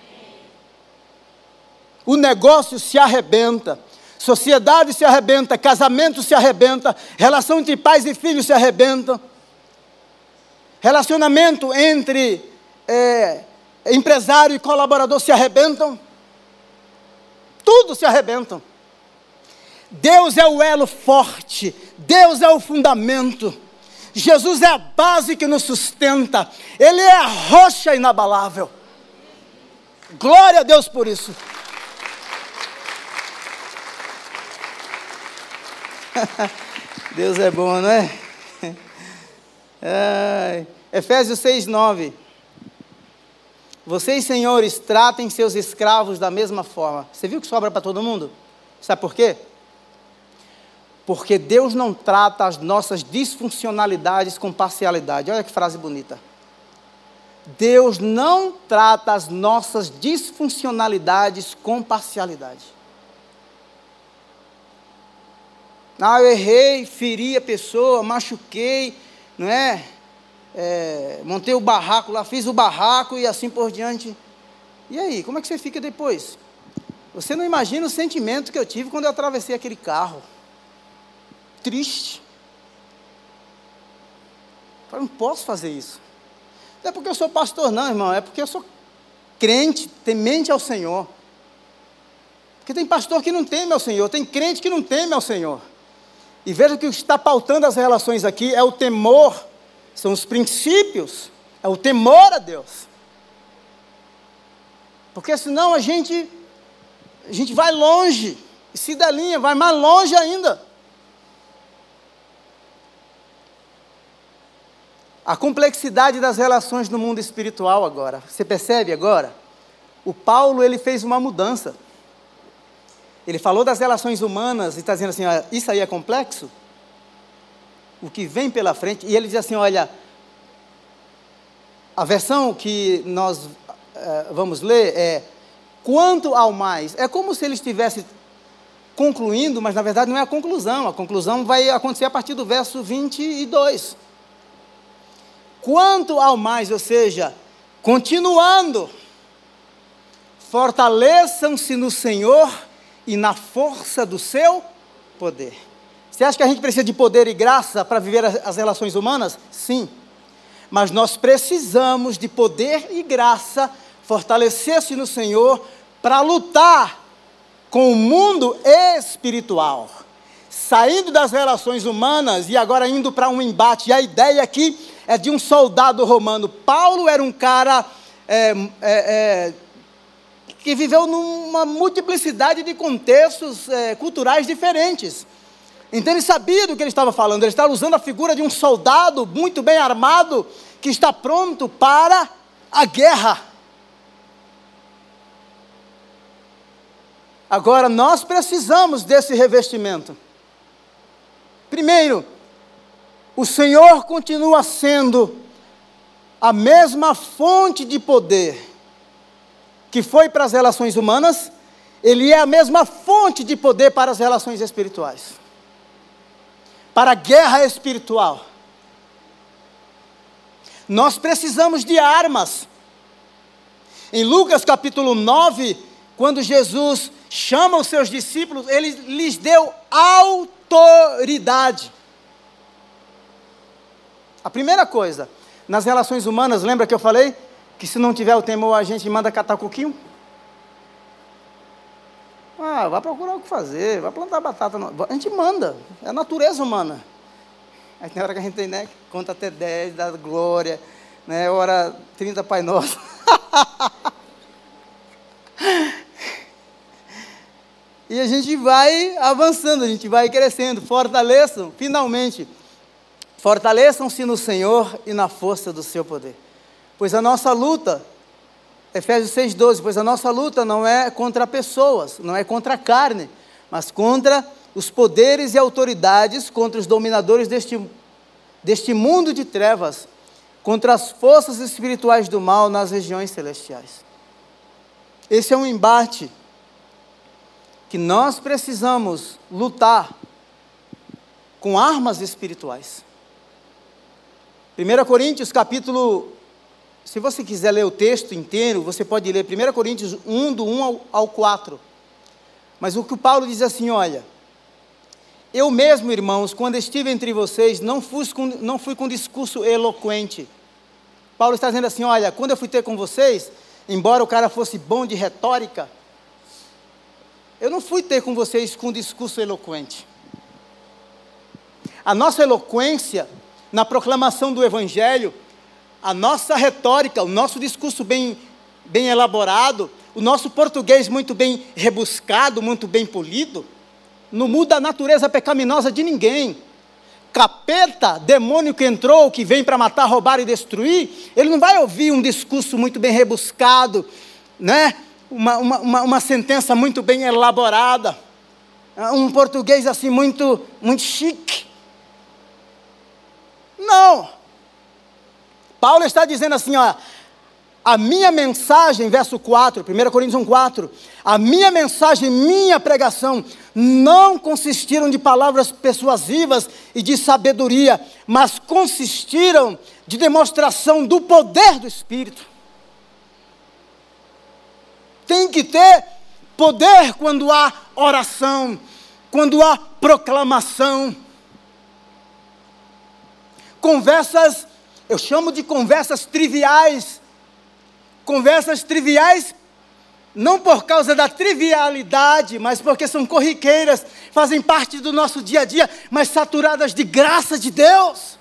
Speaker 1: O negócio se arrebenta. Sociedade se arrebenta, casamento se arrebenta, relação entre pais e filhos se arrebenta. Relacionamento entre empresário e colaborador se arrebentam. Tudo se arrebentam. Deus é o elo forte, Deus é o fundamento, Jesus é a base que nos sustenta, Ele é a rocha inabalável. Glória a Deus por isso. Deus é bom, não é? Efésios 6:9. Vocês, senhores, tratem seus escravos da mesma forma. Você viu que sobra para todo mundo? Sabe por quê? Porque Deus não trata as nossas disfuncionalidades com parcialidade. Olha que frase bonita. Deus não trata as nossas disfuncionalidades com parcialidade. Eu errei, feri a pessoa, machuquei, não é? Montei o barraco lá, fiz o barraco e assim por diante. E aí, como é que você fica depois? Você não imagina o sentimento que eu tive quando eu atravessei aquele carro. Triste. Eu não posso fazer isso. Não é porque eu sou pastor não, irmão, é porque eu sou crente, temente ao Senhor. Porque tem pastor que não teme ao Senhor, tem crente que não teme ao Senhor. E veja que o que está pautando as relações aqui é o temor, são os princípios, é o temor a Deus. Porque senão a gente vai longe, e se der linha, vai mais longe ainda. A complexidade das relações no mundo espiritual agora, você percebe agora? O Paulo, ele fez uma mudança. Ele falou das relações humanas e está dizendo assim, isso aí é complexo? O que vem pela frente, e ele diz assim, olha, a versão que nós vamos ler é, quanto ao mais, é como se ele estivesse concluindo, mas na verdade não é a conclusão vai acontecer a partir do verso 22. Quanto ao mais, ou seja, continuando, fortaleçam-se no Senhor e na força do seu poder. Você acha que a gente precisa de poder e graça para viver as relações humanas? Sim. Mas nós precisamos de poder e graça, fortalecer-se no Senhor, para lutar com o mundo espiritual. Saindo das relações humanas e agora indo para um embate. E a ideia aqui é de um soldado romano. Paulo era um cara que viveu numa multiplicidade de contextos culturais diferentes. Então ele sabia do que ele estava falando. Ele estava usando a figura de um soldado muito bem armado, que está pronto para a guerra. Agora, nós precisamos desse revestimento. Primeiro, o Senhor continua sendo a mesma fonte de poder que foi para as relações humanas, Ele é a mesma fonte de poder para as relações espirituais, para a guerra espiritual. Nós precisamos de armas. Em Lucas capítulo 9, quando Jesus chama os seus discípulos, Ele lhes deu autoridade. A primeira coisa, nas relações humanas, lembra que eu falei? Que se não tiver o temor, a gente manda catar coquinho? Vai procurar o que fazer, vai plantar batata. A gente manda, é a natureza humana. Aí tem hora que a gente tem, né, conta até 10, dá glória, né, ora 30 Pai Nosso. E a gente vai avançando, a gente vai crescendo. Fortaleçam-se no Senhor e na força do seu poder. Pois a nossa luta, Efésios 6:12, pois a nossa luta não é contra pessoas, não é contra a carne, mas contra os poderes e autoridades, contra os dominadores deste mundo de trevas, contra as forças espirituais do mal nas regiões celestiais. Esse é um embate que nós precisamos lutar com armas espirituais. 1 Coríntios capítulo, se você quiser ler o texto inteiro, você pode ler 1 Coríntios 1, do 1 ao 4. Mas o que o Paulo diz assim, olha, eu mesmo, irmãos, quando estive entre vocês, não fui com discurso eloquente. Paulo está dizendo assim, olha, quando eu fui ter com vocês, embora o cara fosse bom de retórica, eu não fui ter com vocês com um discurso eloquente. A nossa eloquência na proclamação do Evangelho, a nossa retórica, o nosso discurso bem elaborado, o nosso português muito bem rebuscado, muito bem polido, não muda a natureza pecaminosa de ninguém. Capeta, demônio que entrou, que vem para matar, roubar e destruir, ele não vai ouvir um discurso muito bem rebuscado, né? Uma sentença muito bem elaborada, um português assim muito chique. Não. Paulo está dizendo assim, ó, a minha mensagem, verso 4, 1 Coríntios 1,4, a minha mensagem, minha pregação, não consistiram de palavras persuasivas e de sabedoria, mas consistiram de demonstração do poder do Espírito. Tem que ter poder quando há oração, quando há proclamação. Conversas, eu chamo de conversas triviais. Conversas triviais, não por causa da trivialidade, mas porque são corriqueiras, fazem parte do nosso dia a dia, mas saturadas de graça de Deus.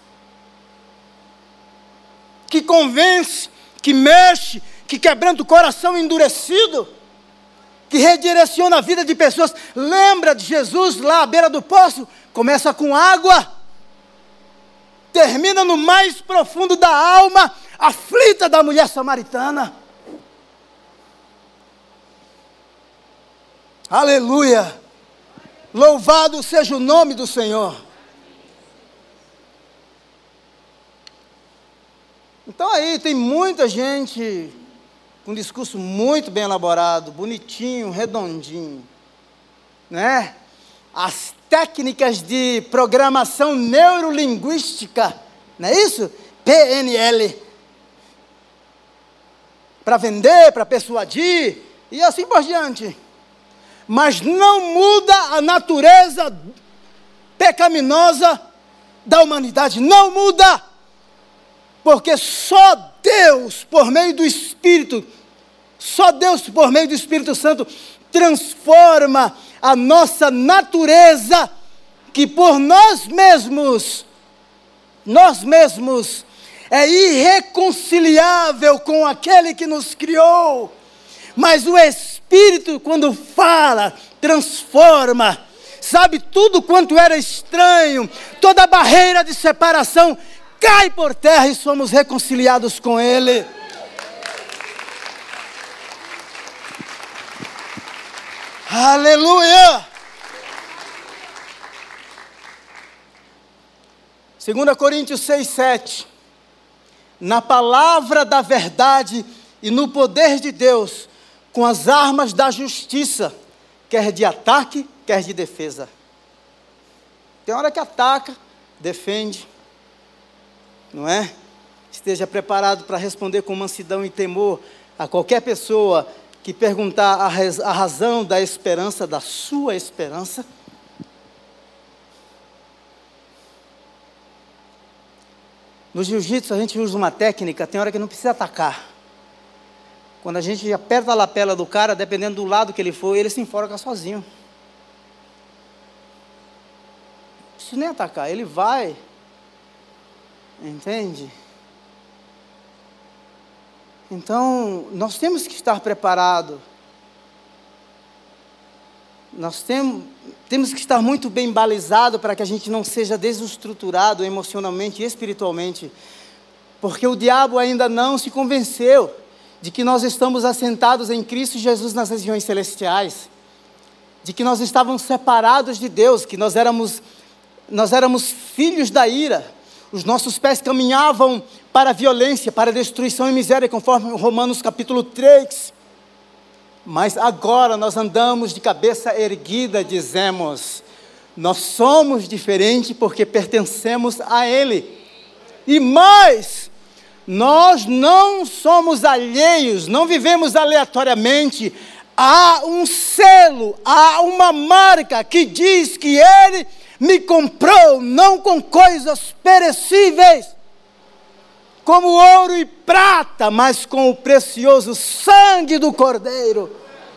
Speaker 1: Que convence, que mexe, que quebranta o coração endurecido, que redireciona a vida de pessoas. Lembra de Jesus lá à beira do poço? Começa com água, termina no mais profundo da alma, aflita da mulher samaritana. Aleluia! Louvado seja o nome do Senhor. Então aí tem muita gente com um discurso muito bem elaborado, bonitinho, redondinho, né? As técnicas de programação neurolinguística, não é isso? PNL. Para vender, para persuadir, e assim por diante. Mas não muda a natureza pecaminosa da humanidade, não muda. Porque só Deus, por meio do Espírito, só Deus, por meio do Espírito Santo, transforma a nossa natureza, que por nós mesmos, é irreconciliável com aquele que nos criou. Mas o Espírito, quando fala, transforma. Sabe, tudo quanto era estranho, toda barreira de separação, cai por terra e somos reconciliados com Ele. Aleluia! 2 Coríntios 6,7. Na palavra da verdade e no poder de Deus, com as armas da justiça, quer de ataque, quer de defesa. Tem hora que ataca, defende, não é? Esteja preparado para responder com mansidão e temor a qualquer pessoa que perguntar a razão da esperança, da sua esperança. No jiu-jitsu a gente usa uma técnica, tem hora que não precisa atacar. Quando a gente aperta a lapela do cara, dependendo do lado que ele for, ele se enforca sozinho. Não precisa nem atacar, ele vai. Entende? Então, nós temos que estar preparados. Nós temos que estar muito bem balizados para que a gente não seja desestruturado emocionalmente e espiritualmente. Porque o diabo ainda não se convenceu de que nós estamos assentados em Cristo Jesus nas regiões celestiais. De que nós estávamos separados de Deus, que nós éramos filhos da ira. Os nossos pés caminhavam para a violência, para a destruição e miséria, conforme Romanos capítulo 3. Mas agora nós andamos de cabeça erguida, dizemos, nós somos diferentes porque pertencemos a Ele. E mais, nós não somos alheios, não vivemos aleatoriamente. Há um selo, há uma marca que diz que Ele me comprou, não com coisas perecíveis, como ouro e prata, mas com o precioso sangue do Cordeiro.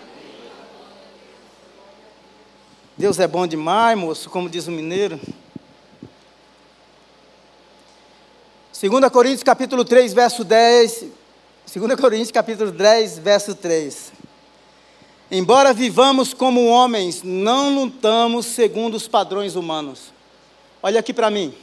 Speaker 1: Deus é bom demais, moço, como diz o mineiro. 2 Coríntios capítulo 3, verso 10. 2 Coríntios capítulo 10, verso 3. Embora vivamos como homens, não lutamos segundo os padrões humanos. Olha aqui para mim.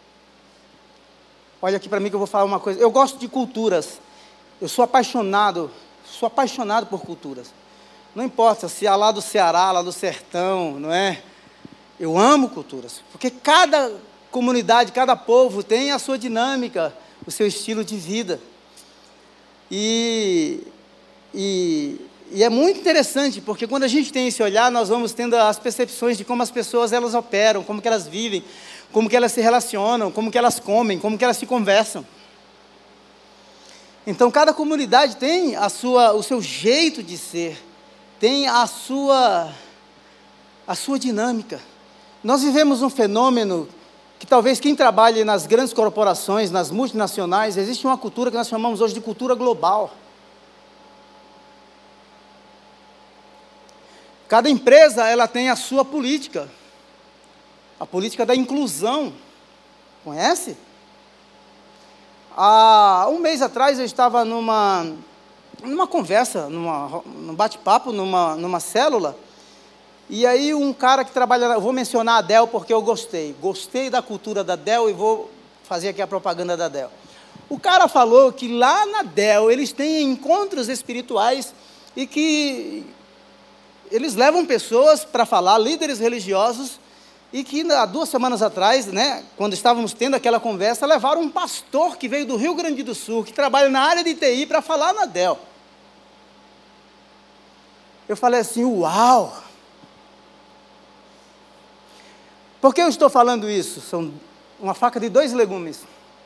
Speaker 1: Olha aqui para mim que eu vou falar uma coisa. Eu gosto de culturas. Eu sou apaixonado por culturas. Não importa se é lá do Ceará, lá do sertão, não é? Eu amo culturas. Porque cada comunidade, cada povo tem a sua dinâmica, o seu estilo de vida. E é muito interessante, porque quando a gente tem esse olhar, nós vamos tendo as percepções de como as pessoas elas operam, como que elas vivem, como que elas se relacionam, como que elas comem, como que elas se conversam. Então, cada comunidade tem o seu jeito de ser, tem a sua dinâmica. Nós vivemos um fenômeno que talvez quem trabalhe nas grandes corporações, nas multinacionais, existe uma cultura que nós chamamos hoje de cultura global. Cada empresa, ela tem a sua política. A política da inclusão. Conhece? Há um mês atrás eu estava numa conversa, num bate-papo, numa célula. E aí um cara que trabalha, eu vou mencionar a Dell porque eu gostei da cultura da Dell e vou fazer aqui a propaganda da Dell. O cara falou que lá na Dell eles têm encontros espirituais e que eles levam pessoas para falar, líderes religiosos, e que há 2 semanas atrás, né, quando estávamos tendo aquela conversa, levaram um pastor que veio do Rio Grande do Sul, que trabalha na área de TI, para falar na Dell. Eu falei assim, uau! Por que eu estou falando isso? São uma faca de 2 legumes.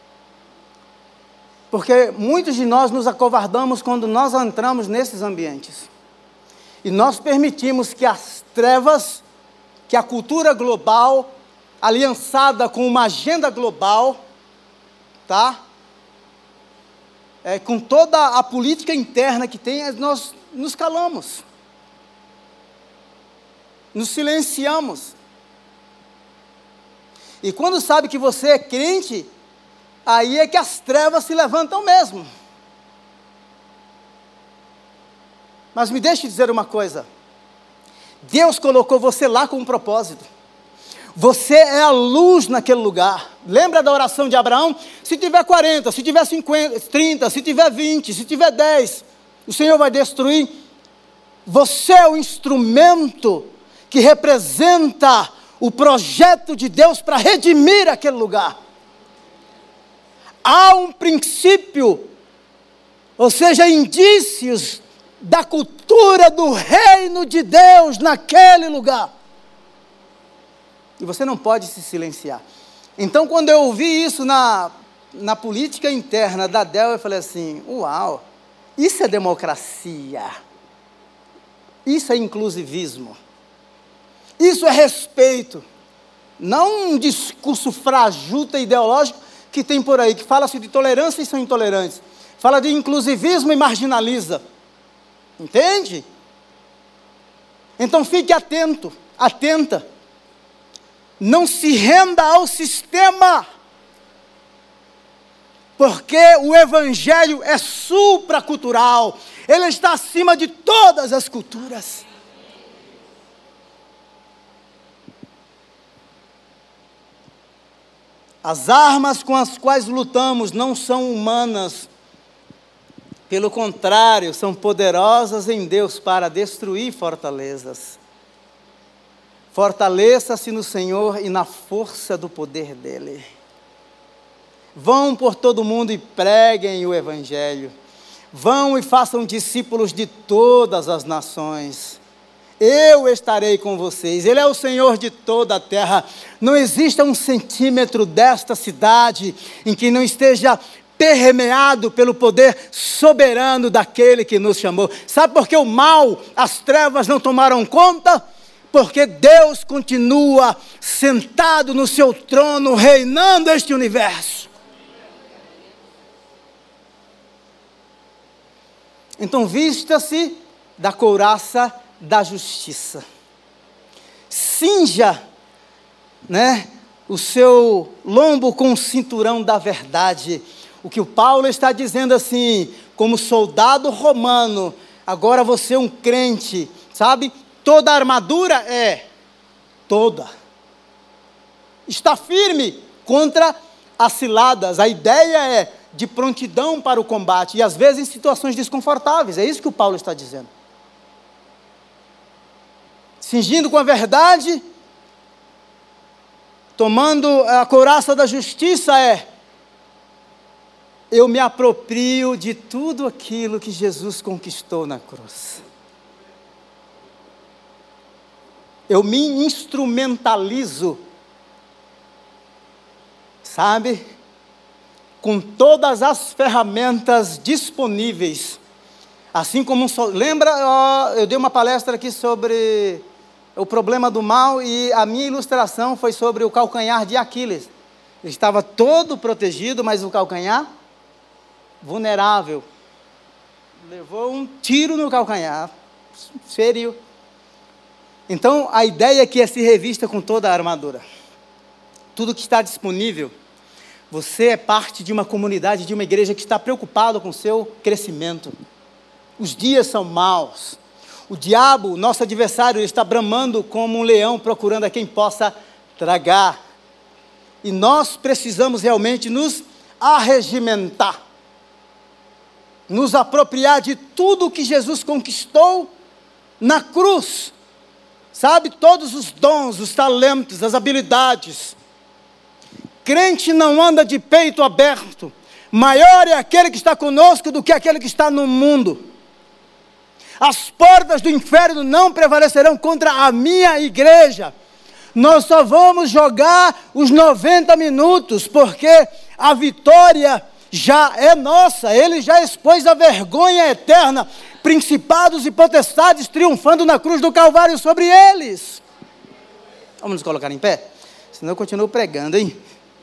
Speaker 1: Porque muitos de nós nos acovardamos quando nós entramos nesses ambientes. E nós permitimos que as trevas, que a cultura global, aliançada com uma agenda global, tá? Com toda a política interna que tem, nós nos calamos. Nos silenciamos. E quando sabe que você é crente, aí é que as trevas se levantam mesmo. Mas me deixe dizer uma coisa. Deus colocou você lá com um propósito. Você é a luz naquele lugar. Lembra da oração de Abraão? Se tiver 40, se tiver 50, 30, se tiver 20, se tiver 10, o Senhor vai destruir. Você é o instrumento que representa o projeto de Deus para redimir aquele lugar. Há um princípio, ou seja, indícios da cultura do reino de Deus naquele lugar. E você não pode se silenciar. Então, quando eu ouvi isso na política interna da Dell, eu falei assim, uau, isso é democracia. Isso é inclusivismo. Isso é respeito. Não um discurso frajuta ideológico que tem por aí, que fala-se de tolerância e são intolerantes. Fala de inclusivismo e marginaliza. Entende? Então fique atento, atenta. Não se renda ao sistema. Porque o Evangelho é supracultural. Ele está acima de todas as culturas. As armas com as quais lutamos não são humanas. Pelo contrário, são poderosas em Deus para destruir fortalezas. Fortaleça-se no Senhor e na força do poder dEle. Vão por todo o mundo e preguem o Evangelho. Vão e façam discípulos de todas as nações. Eu estarei com vocês. Ele é o Senhor de toda a terra. Não exista 1 centímetro desta cidade em que não esteja permeado pelo poder soberano daquele que nos chamou. Sabe por que o mal, as trevas não tomaram conta? Porque Deus continua sentado no seu trono, reinando este universo. Então vista-se da couraça da justiça. Cinja, o seu lombo com o cinturão da verdade. O que o Paulo está dizendo assim, como soldado romano, agora você é um crente, sabe? Toda a armadura toda. Está firme contra as ciladas. A ideia é de prontidão para o combate, e às vezes em situações desconfortáveis. É isso que o Paulo está dizendo. Cingindo com a verdade, tomando a couraça da justiça, eu me aproprio de tudo aquilo que Jesus conquistou na cruz. Eu me instrumentalizo, sabe? Com todas as ferramentas disponíveis. Assim como lembra, eu dei uma palestra aqui sobre o problema do mal, e a minha ilustração foi sobre o calcanhar de Aquiles. Ele estava todo protegido, mas o calcanhar vulnerável. Levou um tiro no calcanhar, feriu. Então a ideia aqui é se revista com toda a armadura. Tudo que está disponível. Você é parte de uma comunidade, de uma igreja que está preocupado com o seu crescimento. Os dias são maus. O diabo, nosso adversário, está bramando como um leão, procurando a quem possa tragar. E nós precisamos realmente nos arregimentar. Nos apropriar de tudo que Jesus conquistou na cruz. Sabe, todos os dons, os talentos, as habilidades. Crente não anda de peito aberto. Maior é aquele que está conosco do que aquele que está no mundo. As portas do inferno não prevalecerão contra a minha igreja. Nós só vamos jogar os 90 minutos, porque a vitória já é nossa. Ele já expôs a vergonha eterna, principados e potestades triunfando na cruz do Calvário sobre eles. Vamos nos colocar em pé? Senão eu continuo pregando, hein?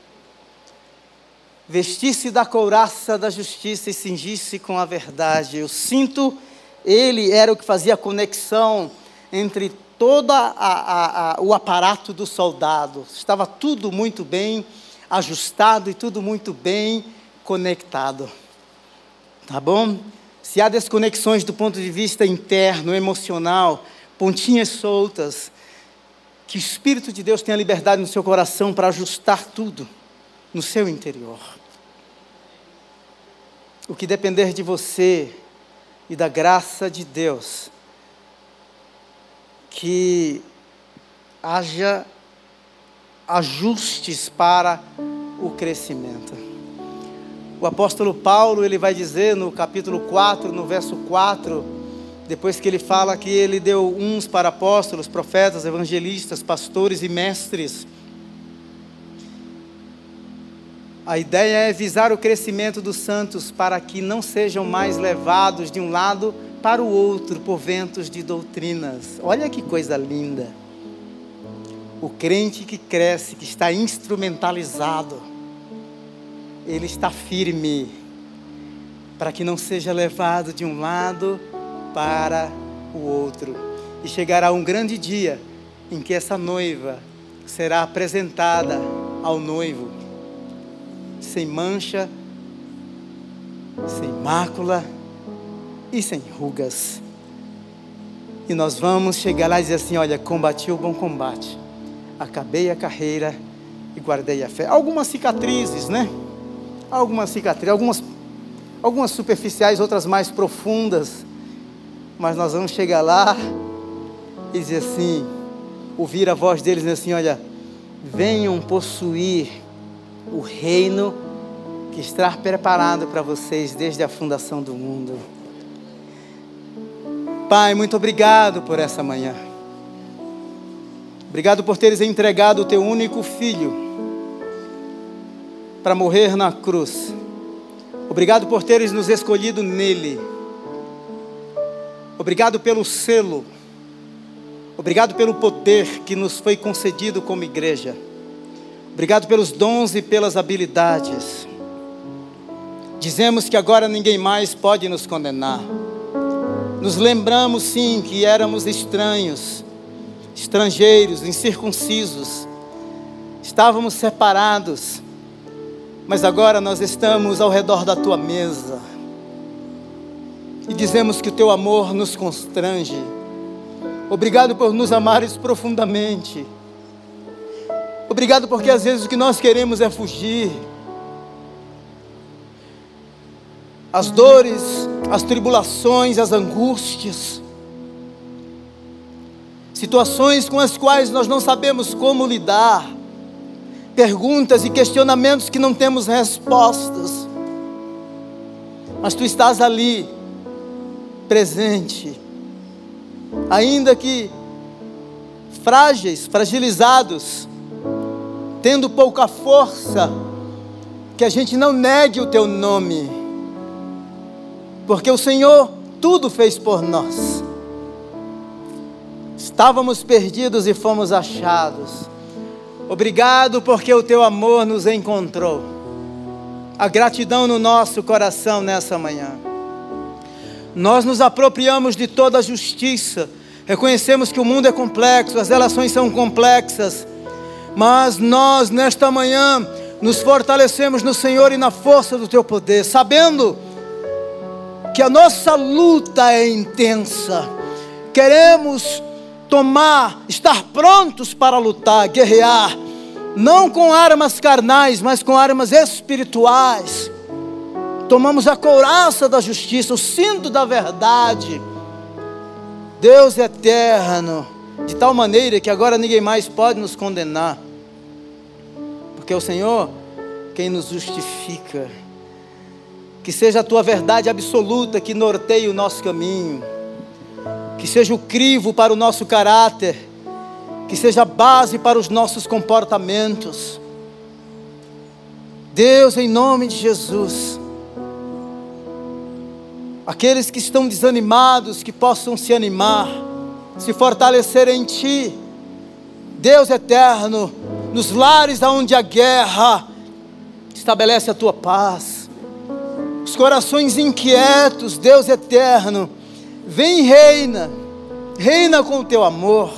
Speaker 1: Vestir-se da couraça da justiça e cingir-se com a verdade. O cinto, ele era o que fazia a conexão entre todo o aparato do soldado. Estava tudo muito bem ajustado e tudo muito bem conectado. Tá bom? Se há desconexões do ponto de vista interno, emocional, pontinhas soltas, que o Espírito de Deus tenha liberdade no seu coração para ajustar tudo no seu interior. O que depender de você e da graça de Deus, que haja ajustes para o crescimento. O apóstolo Paulo, ele vai dizer no capítulo 4, no verso 4, depois que ele fala que ele deu uns para apóstolos, profetas, evangelistas, pastores e mestres. A ideia é visar o crescimento dos santos para que não sejam mais levados de um lado para o outro por ventos de doutrinas. Olha que coisa linda. O crente que cresce, que está instrumentalizado, ele está firme para que não seja levado de um lado para o outro. E chegará um grande dia em que essa noiva será apresentada ao noivo, sem mancha, sem mácula e sem rugas. E nós vamos chegar lá e dizer assim: olha, combati o bom combate, acabei a carreira e guardei a fé. Algumas cicatrizes, né? Algumas cicatrizes, algumas superficiais, outras mais profundas. Mas nós vamos chegar lá e dizer assim, ouvir a voz deles dizer assim: olha, venham possuir o reino que está preparado para vocês desde a fundação do mundo. Pai, muito obrigado por essa manhã. Obrigado por teres entregado o teu único filho para morrer na cruz. Obrigado por teres nos escolhido nele. Obrigado pelo selo. Obrigado pelo poder que nos foi concedido como igreja. Obrigado pelos dons e pelas habilidades. Dizemos que agora ninguém mais pode nos condenar. nos lembramos sim que éramos estranhos, estrangeiros, incircuncisos, estávamos separados, mas agora nós estamos ao redor da tua mesa e dizemos que o teu amor nos constrange. Obrigado por nos amares profundamente. Obrigado porque às vezes o que nós queremos é fugir. As dores, as tribulações, as angústias, situações com as quais nós não sabemos como lidar, perguntas e questionamentos que não temos respostas, mas tu estás ali, presente, ainda que frágeis, fragilizados, tendo pouca força, que a gente não negue o teu nome, porque o Senhor tudo fez por nós. Estávamos perdidos e fomos achados. Obrigado porque o teu amor nos encontrou. A gratidão no nosso coração nessa manhã. Nós nos apropriamos de toda a justiça. Reconhecemos que o mundo é complexo, as relações são complexas, mas nós nesta manhã nos fortalecemos no Senhor e na força do teu poder, sabendo que a nossa luta é intensa. Queremos estar prontos para lutar, guerrear, não com armas carnais, mas com armas espirituais. Tomamos a couraça da justiça, o cinto da verdade. Deus eterno, de tal maneira que agora ninguém mais pode nos condenar, porque é o Senhor quem nos justifica. Que seja a tua verdade absoluta que norteie o nosso caminho, que seja o crivo para o nosso caráter, que seja a base para os nossos comportamentos. Deus, em nome de Jesus, aqueles que estão desanimados, que possam se animar, se fortalecer em Ti. Deus eterno, nos lares onde há guerra, estabelece a Tua paz. Os corações inquietos, Deus eterno, vem e reina com o Teu amor,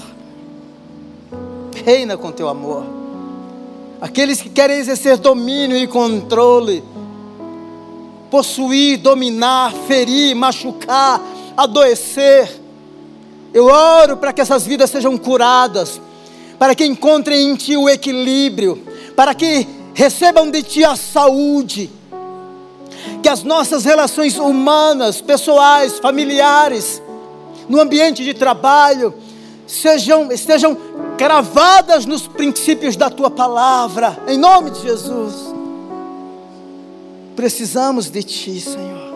Speaker 1: reina com o Teu amor. Aqueles que querem exercer domínio e controle, possuir, dominar, ferir, machucar, adoecer, eu oro para que essas vidas sejam curadas, para que encontrem em Ti o equilíbrio, para que recebam de Ti a saúde, que as nossas relações humanas, pessoais, familiares, no ambiente de trabalho, estejam cravadas nos princípios da Tua palavra, em nome de Jesus. Precisamos de Ti, Senhor.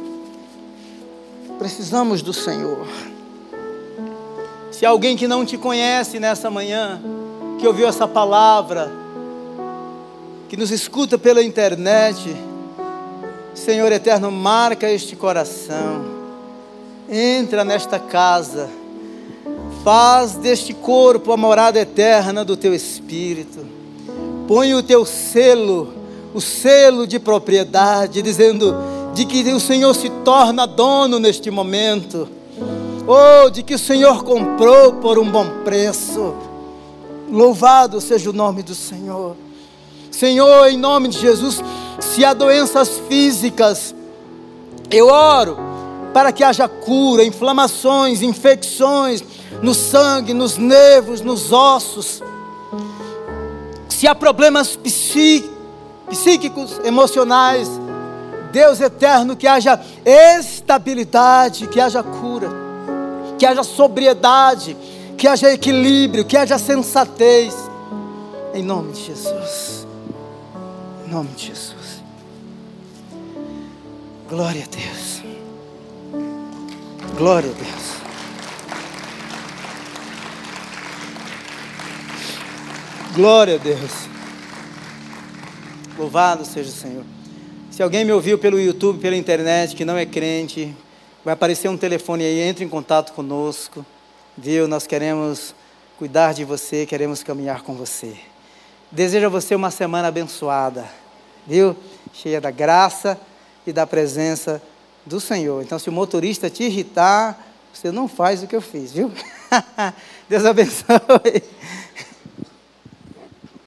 Speaker 1: Precisamos do Senhor. Se há alguém que não Te conhece nessa manhã, que ouviu essa palavra, que nos escuta pela internet, Senhor eterno, marca este coração, entra nesta casa, faz deste corpo a morada eterna do Teu Espírito, põe o Teu selo, o selo de propriedade, dizendo de que o Senhor se torna dono neste momento, de que o Senhor comprou por um bom preço. Louvado seja o nome do Senhor. Senhor, em nome de Jesus, se há doenças físicas, eu oro para que haja cura, inflamações, infecções no sangue, nos nervos, nos ossos. Se há problemas psíquicos, emocionais, Deus eterno, que haja estabilidade, que haja cura, que haja sobriedade, que haja equilíbrio, que haja sensatez, em nome de Jesus, em nome de Jesus. Glória a Deus, glória a Deus. Glória a Deus. Louvado seja o Senhor. Se alguém me ouviu pelo YouTube, pela internet, que não é crente, vai aparecer um telefone aí, entre em contato conosco, viu? Nós queremos cuidar de você, queremos caminhar com você. Desejo a você uma semana abençoada, viu? Cheia da graça e da presença do Senhor. Então, se o motorista te irritar, você não faz o que eu fiz, viu? Deus abençoe.